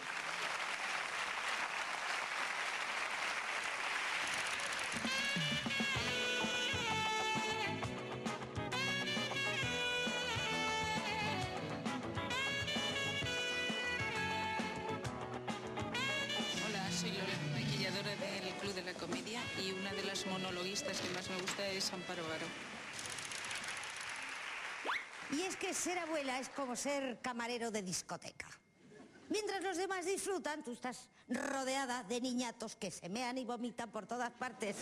Y una de las monologuistas que más me gusta es Amparo Varo.
Y es que ser abuela es como ser camarero de discoteca. Mientras los demás disfrutan, tú estás rodeada de niñatos que se mean y vomitan por todas partes.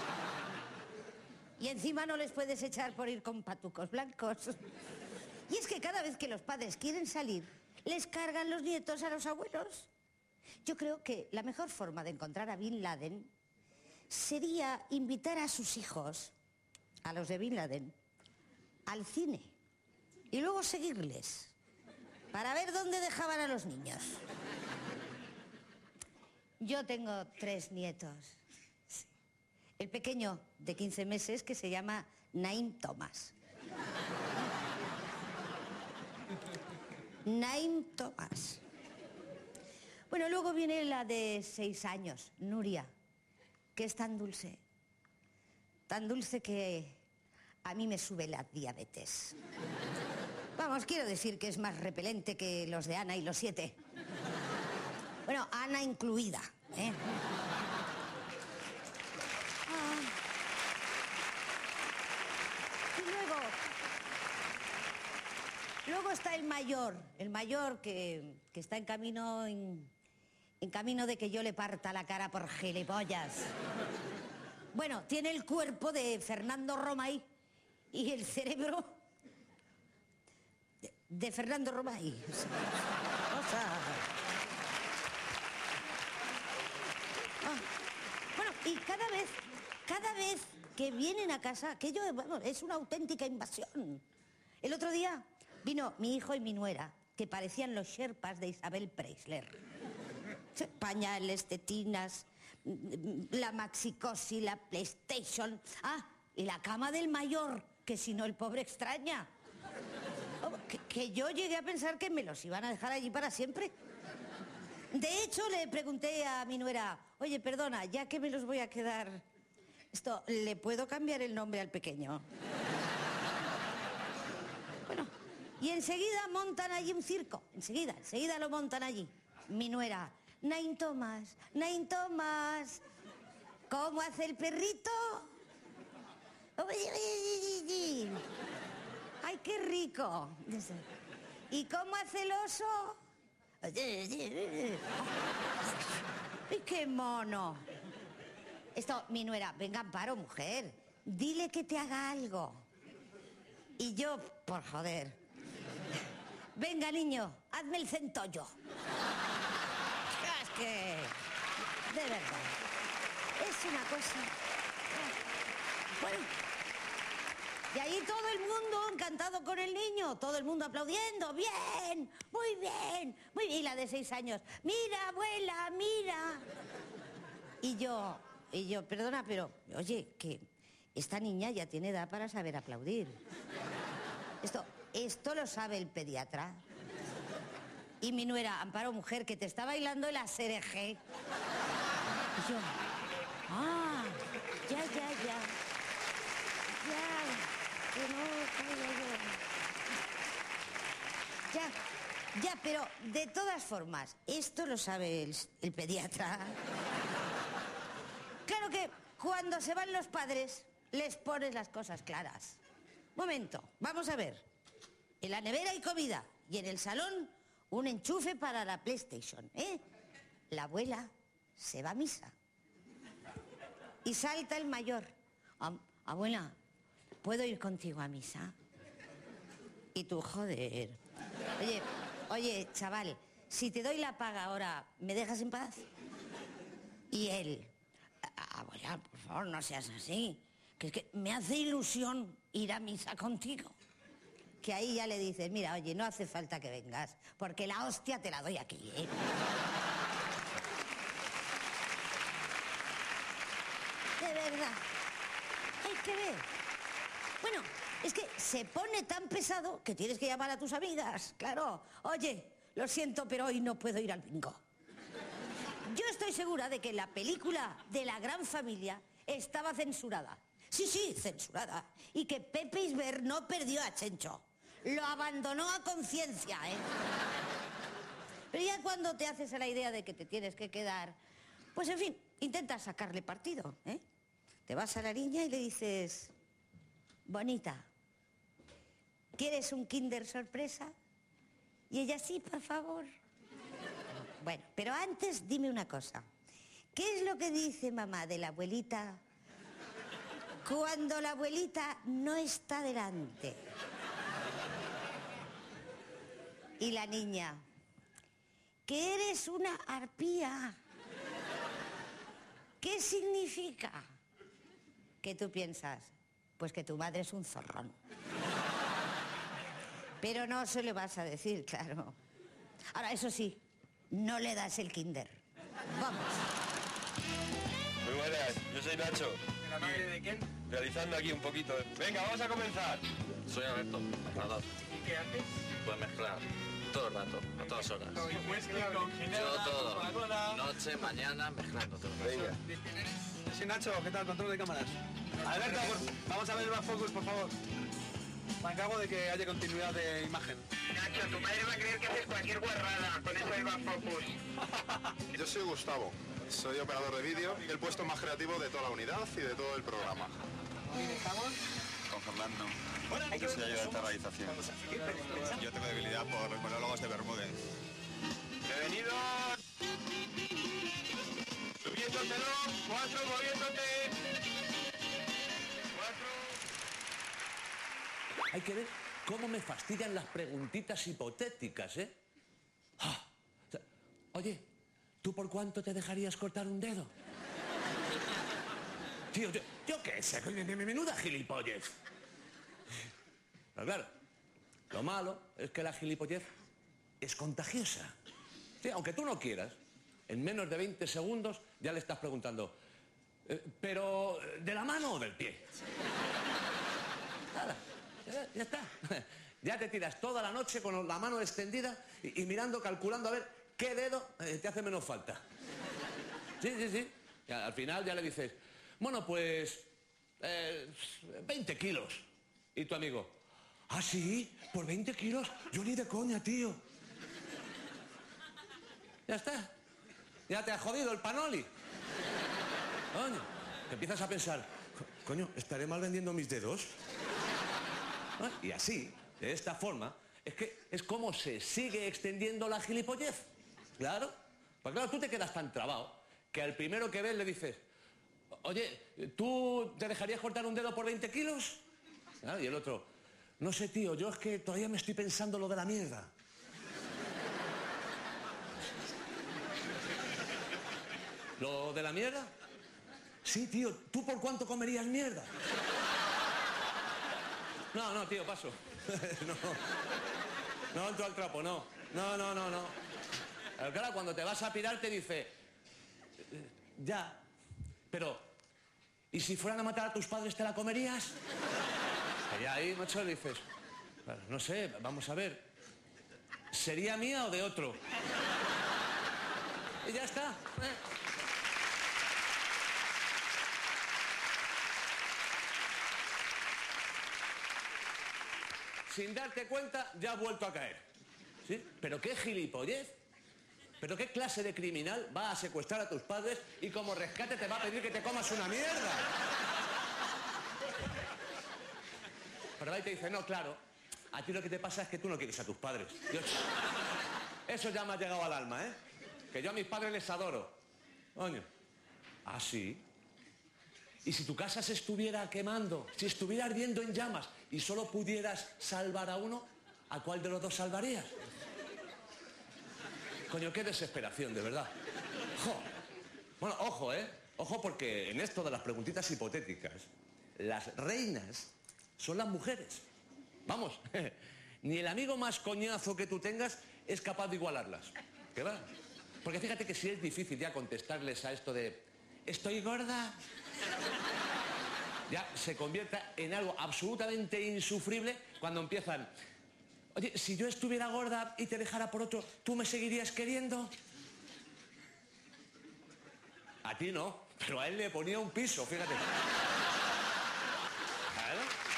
Y encima no les puedes echar por ir con patucos blancos. Y es que cada vez que los padres quieren salir, les cargan los nietos a los abuelos. Yo creo que la mejor forma de encontrar a Bin Laden sería invitar a sus hijos, a los de Bin Laden, al cine y luego seguirles para ver dónde dejaban a los niños. Yo tengo tres nietos. Sí. El pequeño de quince meses que se llama Naim Thomas. Naim Thomas. Bueno, luego viene la de seis años, Nuria, que es tan dulce, tan dulce que a mí me sube la diabetes. Vamos, quiero decir que es más repelente que los de Ana y los siete. Bueno, Ana incluida, ¿eh? Ah. Y luego Luego está el mayor, el mayor que, que está en camino, en, en camino de que yo le parta la cara por gilipollas. Bueno, tiene el cuerpo de Fernando Romay y el cerebro de, de Fernando Romay. O sea, ah, bueno, y cada vez, cada vez que vienen a casa, aquello bueno, es una auténtica invasión. El otro día vino mi hijo y mi nuera, que parecían los sherpas de Isabel Preisler. Pañales, tetinas, la maxicosi, la PlayStation. Ah, y la cama del mayor, que si no el pobre extraña. Oh, que, que yo llegué a pensar que me los iban a dejar allí para siempre. De hecho, le pregunté a mi nuera, oye, perdona, ya que me los voy a quedar, esto, ¿le puedo cambiar el nombre al pequeño? Bueno, y enseguida montan allí un circo, enseguida, enseguida lo montan allí. Mi nuera, Nain Tomás, Nain Tomás, ¿cómo hace el perrito? ¡Ay, qué rico! ¿Y cómo hace el oso? ¡Ay, qué mono! Esto, mi nuera, venga, Amparo, mujer, dile que te haga algo. Y yo, por joder, venga, niño, hazme el centollo. Es que, de verdad, es una cosa... Bueno, y ahí todo el mundo encantado con el niño, todo el mundo aplaudiendo, bien, muy bien, muy bien. Y la de seis años, mira, abuela, mira. Y yo, y yo, perdona, pero, oye, que esta niña ya tiene edad para saber aplaudir. Esto, esto lo sabe el pediatra. Y mi nuera, Amparo, mujer, que te está bailando el asereje. Y yo, ah, ya, ya, ya. Ya, que no, que no, ya, ya, pero de todas formas, esto lo sabe el, el pediatra. Claro que cuando se van los padres, les pones las cosas claras. Momento, vamos a ver. En la nevera hay comida y en el salón un enchufe para la PlayStation, ¿eh? La abuela se va a misa. Y salta el mayor. Abuela, ¿puedo ir contigo a misa? Y tú, joder. Oye, oye, chaval, si te doy la paga ahora, ¿me dejas en paz? Y él, abuela, por favor, no seas así. Que es que me hace ilusión ir a misa contigo. Que ahí ya le dices, mira, oye, no hace falta que vengas, porque la hostia te la doy aquí, ¿eh? De verdad. Hay que ver. Bueno, es que se pone tan pesado que tienes que llamar a tus amigas, claro. Oye, lo siento, pero hoy no puedo ir al bingo. Yo estoy segura de que la película de La Gran Familia estaba censurada. Sí, sí, censurada. Y que Pepe Isbert no perdió a Chencho. Lo abandonó a conciencia, ¿eh? Pero ya cuando te haces a la idea de que te tienes que quedar, pues en fin, intentas sacarle partido, ¿eh? Te vas a la niña y le dices, bonita, ¿quieres un Kinder sorpresa? Y ella, sí, por favor. Bueno, pero antes dime una cosa. ¿Qué es lo que dice mamá de la abuelita cuando la abuelita no está delante? Y la niña, que eres una arpía. ¿Qué significa? ¿Qué tú piensas? Pues que tu madre es un zorrón. Pero no se lo vas a decir, claro. Ahora, eso sí, no le das el Kinder. Vamos.
Muy buenas, yo soy Nacho.
¿La madre de quién?
Realizando aquí un poquito. Venga, vamos a comenzar.
Soy Alberto, mezclador. ¿Y qué haces? Pues mezclar. Todo el rato, a todas horas. Yo todo. Noche, mañana, mezclando todo.
Venga.
Yo soy Nacho, ¿qué tal? Control de cámaras. Alberto, por... vamos a ver el backfocus, por favor. Me encargo de que haya continuidad de imagen.
Nacho, tu madre va a creer que haces cualquier guarrada con eso del backfocus.
Yo soy Gustavo, soy operador de vídeo y el puesto más creativo de toda la unidad y de todo el programa.
¿Y estamos?
con Fernando. Yo soy ayuda de esta realización. Yo tengo debilidad por los monólogos de Bermúdez.
Bienvenidos. Subiendo el telón, cuatro, moviéndote. Cuatro.
Hay que ver cómo me fastidian las preguntitas hipotéticas, ¿eh? Ah, o sea, oye, ¿tú por cuánto te dejarías cortar un dedo? Tío, yo, yo qué sé, menuda gilipollez. Pero claro, lo malo es que la gilipollez es contagiosa. Sí, aunque tú no quieras, en menos de veinte segundos ya le estás preguntando, eh, ¿pero de la mano o del pie? Nada, ya, ya está. Ya te tiras toda la noche con la mano extendida y, y mirando, calculando a ver qué dedo eh, te hace menos falta. Sí, sí, sí. Y al final ya le dices, bueno, pues eh, veinte kilos. Y tu amigo, ¿ah, sí? ¿Por veinte kilos? Yo ni de coña, tío. Ya está. Ya te ha jodido el panoli. Coño, te empiezas a pensar, coño, ¿estaré mal vendiendo mis dedos? ¿No? Y así, de esta forma, es que es como se sigue extendiendo la gilipollez. Claro. Pues claro, tú te quedas tan trabado que al primero que ves le dices, oye, ¿tú te dejarías cortar un dedo por veinte kilos? ¿Ah? Y el otro, no sé, tío, yo es que todavía me estoy pensando lo de la mierda. ¿Lo de la mierda? Sí, tío, ¿tú por cuánto comerías mierda? No, no, tío, paso. No, no entro al trapo, no. No, no, no, no. Pero claro, cuando te vas a pirar te dice, ya, pero, ¿y si fueran a matar a tus padres te la comerías? Y ahí, macho, le dices, no sé, vamos a ver, ¿sería mía o de otro? Y ya está. Sin darte cuenta, ya ha vuelto a caer. ¿Sí? ¿Pero qué gilipollez? ¿Pero qué clase de criminal va a secuestrar a tus padres y como rescate te va a pedir que te comas una mierda? Pero ahí te dice, no, claro, a ti lo que te pasa es que tú no quieres a tus padres. Dios, eso ya me ha llegado al alma, ¿eh? Que yo a mis padres les adoro. Coño. ¿Ah, sí? Y si tu casa se estuviera quemando, si estuviera ardiendo en llamas y solo pudieras salvar a uno, ¿a cuál de los dos salvarías? Coño, qué desesperación, de verdad. Jo. Bueno, ojo, ¿eh? Ojo porque en esto de las preguntitas hipotéticas, las reinas son las mujeres. Vamos, ni el amigo más coñazo que tú tengas es capaz de igualarlas. ¿Qué va? Porque fíjate que si es difícil ya contestarles a esto de ¿estoy gorda? Ya se convierte en algo absolutamente insufrible cuando empiezan, oye, si yo estuviera gorda y te dejara por otro, ¿tú me seguirías queriendo? A ti no, pero a él le ponía un piso, fíjate. Claro.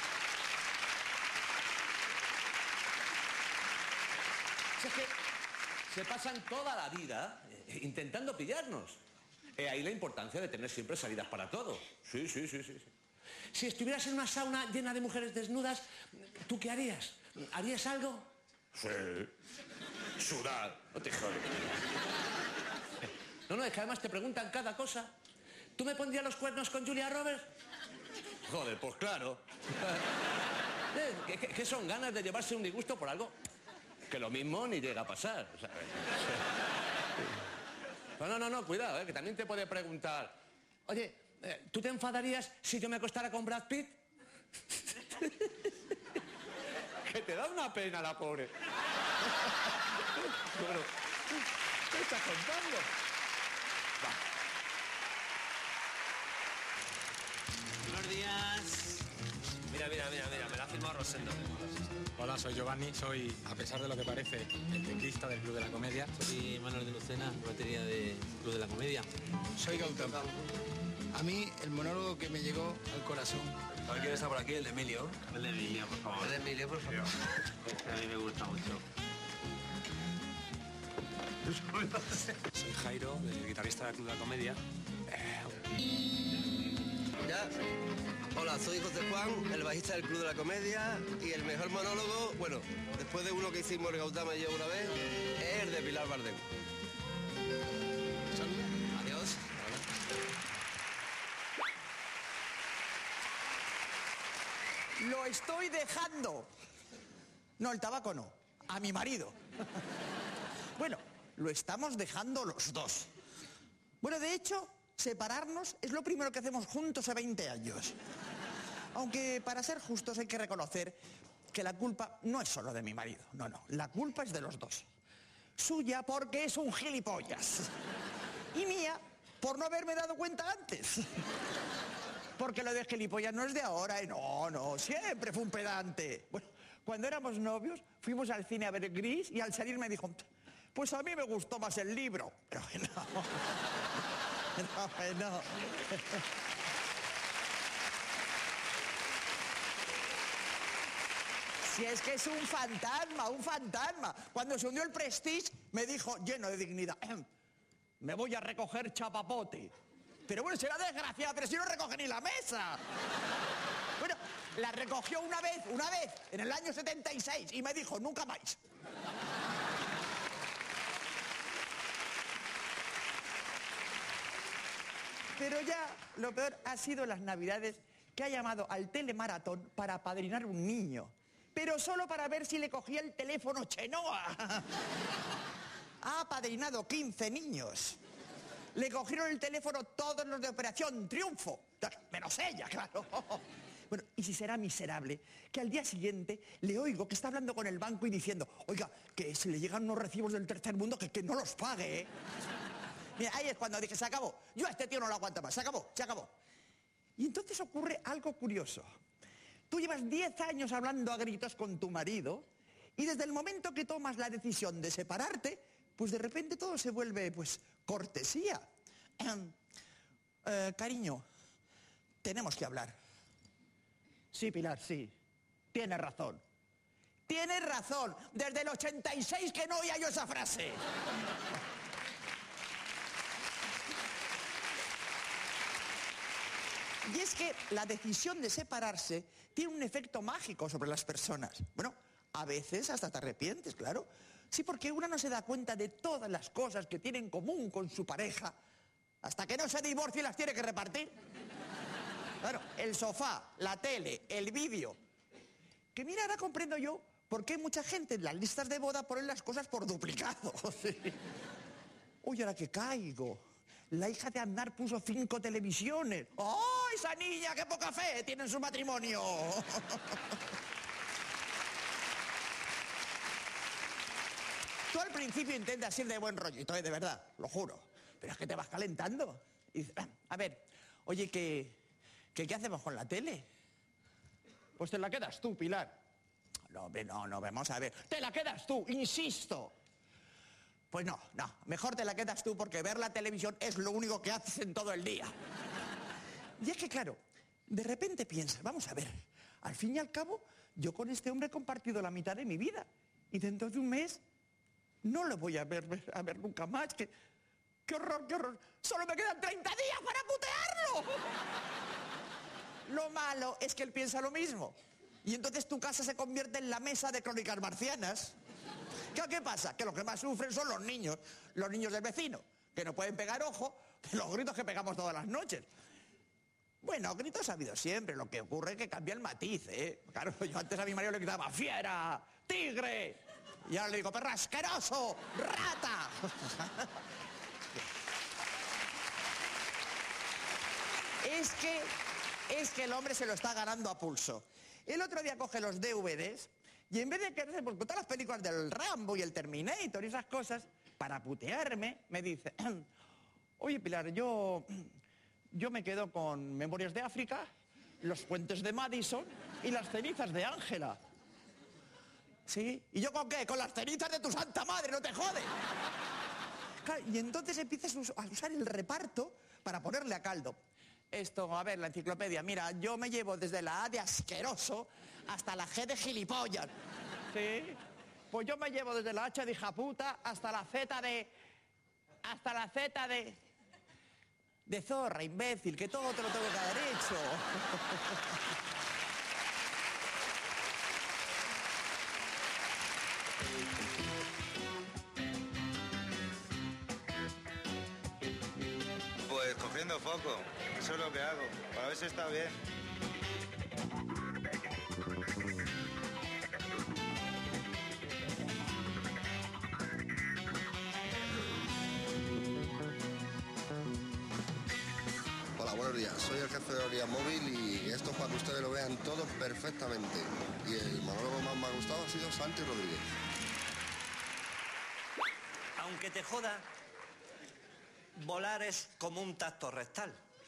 Si es que se pasan toda la vida intentando pillarnos. Eh, ahí la importancia de tener siempre salidas para todo. Sí, sí, sí, sí, sí. Si estuvieras en una sauna llena de mujeres desnudas, ¿tú qué harías? ¿Harías algo? Sí. Sudar. No te jodes. No, no, es que además te preguntan cada cosa. ¿Tú me pondrías los cuernos con Julia Roberts? Joder, pues claro. Eh, ¿qué, qué, qué son ganas de llevarse un disgusto por algo que lo mismo ni llega a pasar? O sea, no, no, no, no, cuidado, eh, que también te puede preguntar, oye, eh, ¿tú te enfadarías si yo me acostara con Brad Pitt? Que te da una pena la pobre. Bueno, ¿qué estás contando? Va.
Buenos días.
Mira, mira, mira, mira, me la ha firmado Rosendo.
Hola, soy Giovanni, soy, a pesar de lo que parece, el teclista del Club de la Comedia.
Soy Manuel de Lucena, batería del Club de la Comedia.
Soy Gautam. A mí, el monólogo que me llegó al corazón.
A ver quién está por aquí, el de Emilio.
El de Emilio, por favor.
El de Emilio, por favor.
A mí me gusta mucho.
Soy Jairo, el guitarrista del Club de la Comedia.
Ya.
Hola, soy José Juan, el bajista del Club de la Comedia, y el mejor monólogo, bueno, después de uno que hicimos el Gautama y yo una vez, es el de Pilar Bardem. Salud. Adiós.
Lo estoy dejando. No, el tabaco no. A mi marido. Bueno, lo estamos dejando los dos. Bueno, de hecho, separarnos es lo primero que hacemos juntos a veinte años. Aunque, para ser justos, hay que reconocer que la culpa no es solo de mi marido. No, no. La culpa es de los dos. Suya porque es un gilipollas. Y mía por no haberme dado cuenta antes. Porque lo de gilipollas no es de ahora, ¿eh? No, no, siempre fue un pedante. Bueno, cuando éramos novios, fuimos al cine a ver Gris y al salir me dijo, pues a mí me gustó más el libro. Pero no, no, no. Si es que es un fantasma, un fantasma. Cuando se hundió el Prestige, me dijo, lleno de dignidad, me voy a recoger chapapote. Pero bueno, será desgraciada, pero si no recoge ni la mesa. Bueno, la recogió una vez, una vez, en el año setenta y seis, y me dijo, nunca más. Pero ya lo peor ha sido las navidades que ha llamado al telemaratón para apadrinar un niño. Pero solo para ver si le cogía el teléfono Chenoa. Ha apadrinado quince niños. Le cogieron el teléfono todos los de Operación Triunfo. Menos ella, claro. Bueno, y si será miserable, que al día siguiente le oigo que está hablando con el banco y diciendo, oiga, que si le llegan unos recibos del tercer mundo, que, que no los pague, ¿eh? Mira, ahí es cuando dije, se acabó. Yo a este tío no lo aguanto más. Se acabó, se acabó. Y entonces ocurre algo curioso. Tú llevas diez años hablando a gritos con tu marido y desde el momento que tomas la decisión de separarte, pues de repente todo se vuelve, pues, cortesía. Eh, eh, cariño, tenemos que hablar. Sí, Pilar, sí. Tienes razón. Tienes razón. Desde el ochenta y seis que no oía yo esa frase. Y es que la decisión de separarse tiene un efecto mágico sobre las personas. Bueno, a veces hasta te arrepientes, claro. Sí, porque una no se da cuenta de todas las cosas que tiene en común con su pareja hasta que no se divorcie y las tiene que repartir. Claro, el sofá, la tele, el vídeo. Que mira, ahora comprendo yo por qué mucha gente en las listas de boda pone las cosas por duplicado. Sí. Uy, ahora que caigo. La hija de Aznar puso cinco televisiones. ¡Oh, esa niña, qué poca fe tiene en su matrimonio! Tú al principio intentas ir de buen rollito, ¿eh? De verdad, lo juro. Pero es que te vas calentando. Y dices, a ver, oye, ¿qué, qué, ¿qué hacemos con la tele? Pues te la quedas tú, Pilar. No, hombre, no, no, vamos a ver. Te la quedas tú, insisto. Pues no, no, mejor te la quedas tú porque ver la televisión es lo único que haces en todo el día. Y es que, claro, de repente piensas, vamos a ver, al fin y al cabo, yo con este hombre he compartido la mitad de mi vida y dentro de un mes no lo voy a ver, a ver nunca más. ¡Qué, qué horror, qué horror! ¡Solo me quedan treinta días para putearlo! Lo malo es que él piensa lo mismo. Y entonces tu casa se convierte en la mesa de Crónicas Marcianas. ¿Qué, ¿Qué pasa? Que los que más sufren son los niños, los niños del vecino, que no pueden pegar ojo de los gritos que pegamos todas las noches. Bueno, gritos ha habido siempre, lo que ocurre es que cambia el matiz, ¿eh? Claro, yo antes a mi marido le gritaba fiera, tigre, y ahora le digo perra asqueroso, rata. Es que, es que el hombre se lo está ganando a pulso. El otro día coge los D V Ds y en vez de quedarse por todas las películas del Rambo y el Terminator y esas cosas, para putearme, me dice, oye, Pilar, yo, yo me quedo con Memorias de África, Los puentes de Madison y Las cenizas de Ángela. ¿Sí? ¿Y yo con qué? Con las cenizas de tu santa madre, no te jode. Claro, y entonces empiezas a usar el reparto para ponerle a caldo. Esto, a ver, la enciclopedia, mira, yo me llevo desde la A de asqueroso hasta la G de gilipollas. ¿Sí? Pues yo me llevo desde la H de hija puta hasta la Z de... hasta la Z de... De zorra, imbécil, que todo te lo tengo que haber hecho.
Pues cogiendo foco, eso es lo que hago, para ver si está bien.
Hola, buenos días. Soy el jefe de Orilla Móvil y esto es para que ustedes lo vean todo perfectamente. Y el monólogo más me ha gustado ha sido Santi Rodríguez.
Aunque te joda, volar es como un tacto rectal.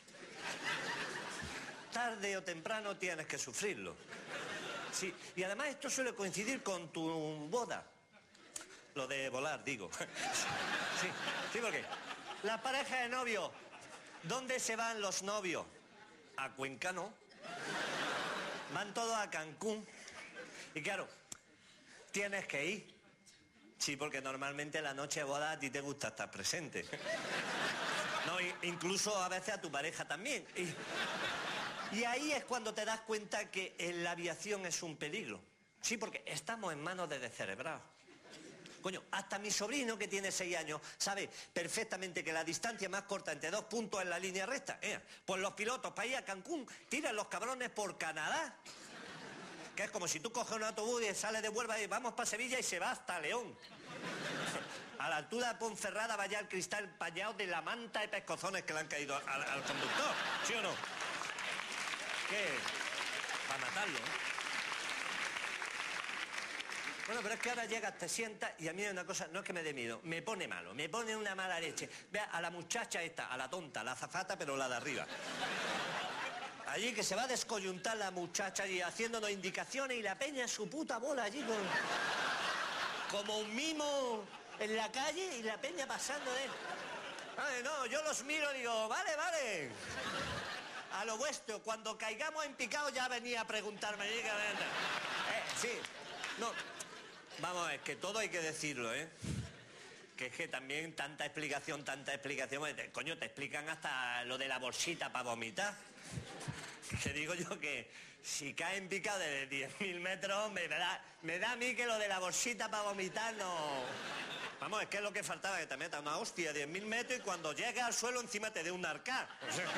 Tarde o temprano tienes que sufrirlo. Sí, y además esto suele coincidir con tu boda. Lo de volar, digo. Sí, sí, porque la pareja de novios, ¿dónde se van los novios? A Cuenca, ¿no? Van todos a Cancún. Y claro, tienes que ir. Sí, porque normalmente la noche de boda a ti te gusta estar presente. No, incluso a veces a tu pareja también. Y, y ahí es cuando te das cuenta que en la aviación es un peligro. Sí, porque estamos en manos de descerebrados. Coño, hasta mi sobrino, que tiene seis años, sabe perfectamente que la distancia más corta entre dos puntos es la línea recta. ¿eh? Pues los pilotos para ir a Cancún tiran los cabrones por Canadá. Que es como si tú coges un autobús y sales de Huelva y vamos para Sevilla y se va hasta León. A la altura de Ponferrada vaya el cristal empañado de la manta de pescozones que le han caído al, al conductor. ¿Sí o no? ¿Qué? Para matarlo, ¿eh? Bueno, pero es que ahora llegas, te sientas y a mí hay una cosa, no es que me dé miedo, me pone malo, me pone una mala leche. Vea, a la muchacha esta, a la tonta, la azafata, pero la de arriba. Allí que se va a descoyuntar la muchacha y haciéndonos indicaciones y la peña su puta bola allí con, como un mimo en la calle y la peña pasando de... Ay, no, yo los miro y digo, vale, vale. A lo vuestro, cuando caigamos en picado ya venía a preguntarme. Eh, sí, no... Vamos, es que todo hay que decirlo, ¿eh? Que es que también tanta explicación, tanta explicación... Coño, te explican hasta lo de la bolsita para vomitar. Que digo yo que si cae en picado de diez mil metros, me da, me da a mí que lo de la bolsita para vomitar no... Vamos, es que es lo que faltaba, que te metas una hostia de diez mil metros y cuando llegue al suelo encima te dé un arcade. O sea...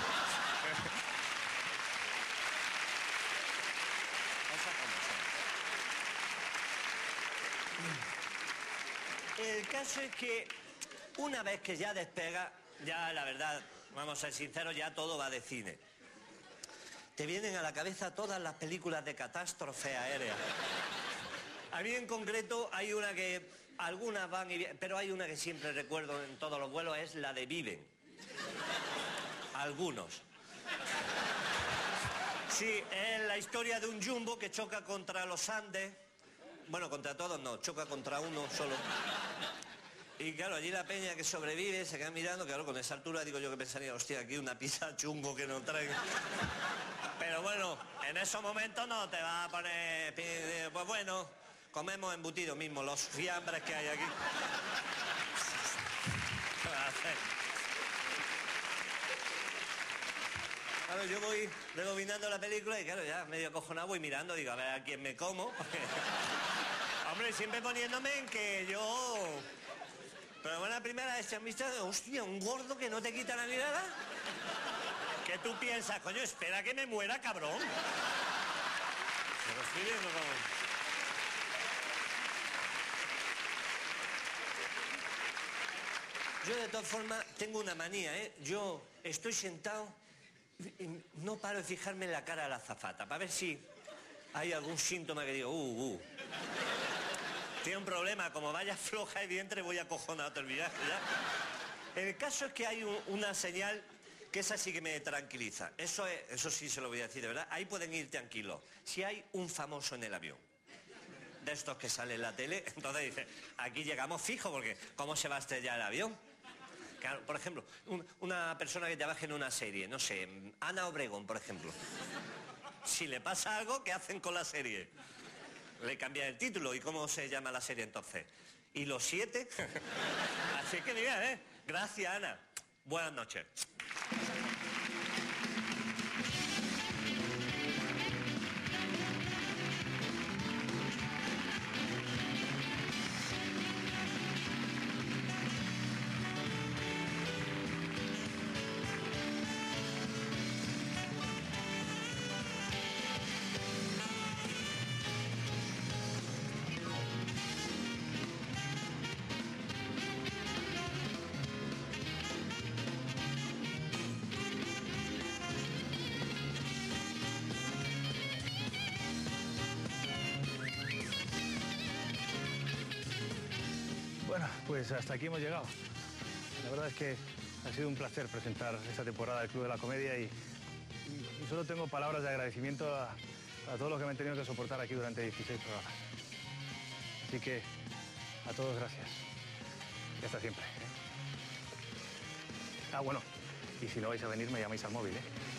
El caso es que una vez que ya despega, ya la verdad, vamos a ser sinceros, ya todo va de cine. Te vienen a la cabeza todas las películas de catástrofe aérea. A mí en concreto hay una que, algunas van y vienen, pero hay una que siempre recuerdo en todos los vuelos, es la de Viven. Algunos. Sí, es la historia de un jumbo que choca contra los Andes. Bueno, contra todos no, choca contra uno solo. Y claro, allí la peña que sobrevive se queda mirando, claro, con esa altura digo yo que pensaría, hostia, aquí una pizza chungo que nos traen. Pero bueno, en esos momentos no te va a poner... Pues bueno, comemos embutido mismo, los fiambres que hay aquí. ¿Qué va a hacer? Claro, yo voy rebobinando la película y claro, ya medio cojonado voy mirando, digo, a ver a quién me como. Hombre, siempre poniéndome en que yo... Pero bueno, la primera vez que han visto, hostia, un gordo que no te quita la mirada. ¿Qué tú piensas? Coño, espera que me muera, cabrón. Pero estoy viendo como... Yo de todas formas tengo una manía, ¿eh? Yo estoy sentado y no paro de fijarme en la cara de la azafata para ver si hay algún síntoma que digo, uh, uh. Tiene un problema, como vaya floja de vientre voy acojonado todo el viaje ya. El caso es que hay un, una señal que esa sí que me tranquiliza. Eso, es, eso sí se lo voy a decir de verdad. Ahí pueden ir tranquilos. Si hay un famoso en el avión, de estos que sale en la tele, entonces dice, aquí llegamos fijo porque ¿cómo se va a estrellar el avión? Claro, por ejemplo, un, una persona que trabaja en una serie, no sé, Ana Obregón, por ejemplo. Si le pasa algo, ¿qué hacen con la serie? Le cambian el título. ¿Y cómo se llama la serie entonces? ¿Y los siete? Así que mira, ¿eh? Gracias, Ana. Buenas noches.
Bueno, pues hasta aquí hemos llegado. La verdad es que ha sido un placer presentar esta temporada del Club de la Comedia y, y- y solo tengo palabras de agradecimiento a, a todos los que me han tenido que soportar aquí durante dieciséis programas. Así que a todos gracias. Y hasta siempre. Ah, bueno, y si no vais a venir me llamáis al móvil, ¿eh?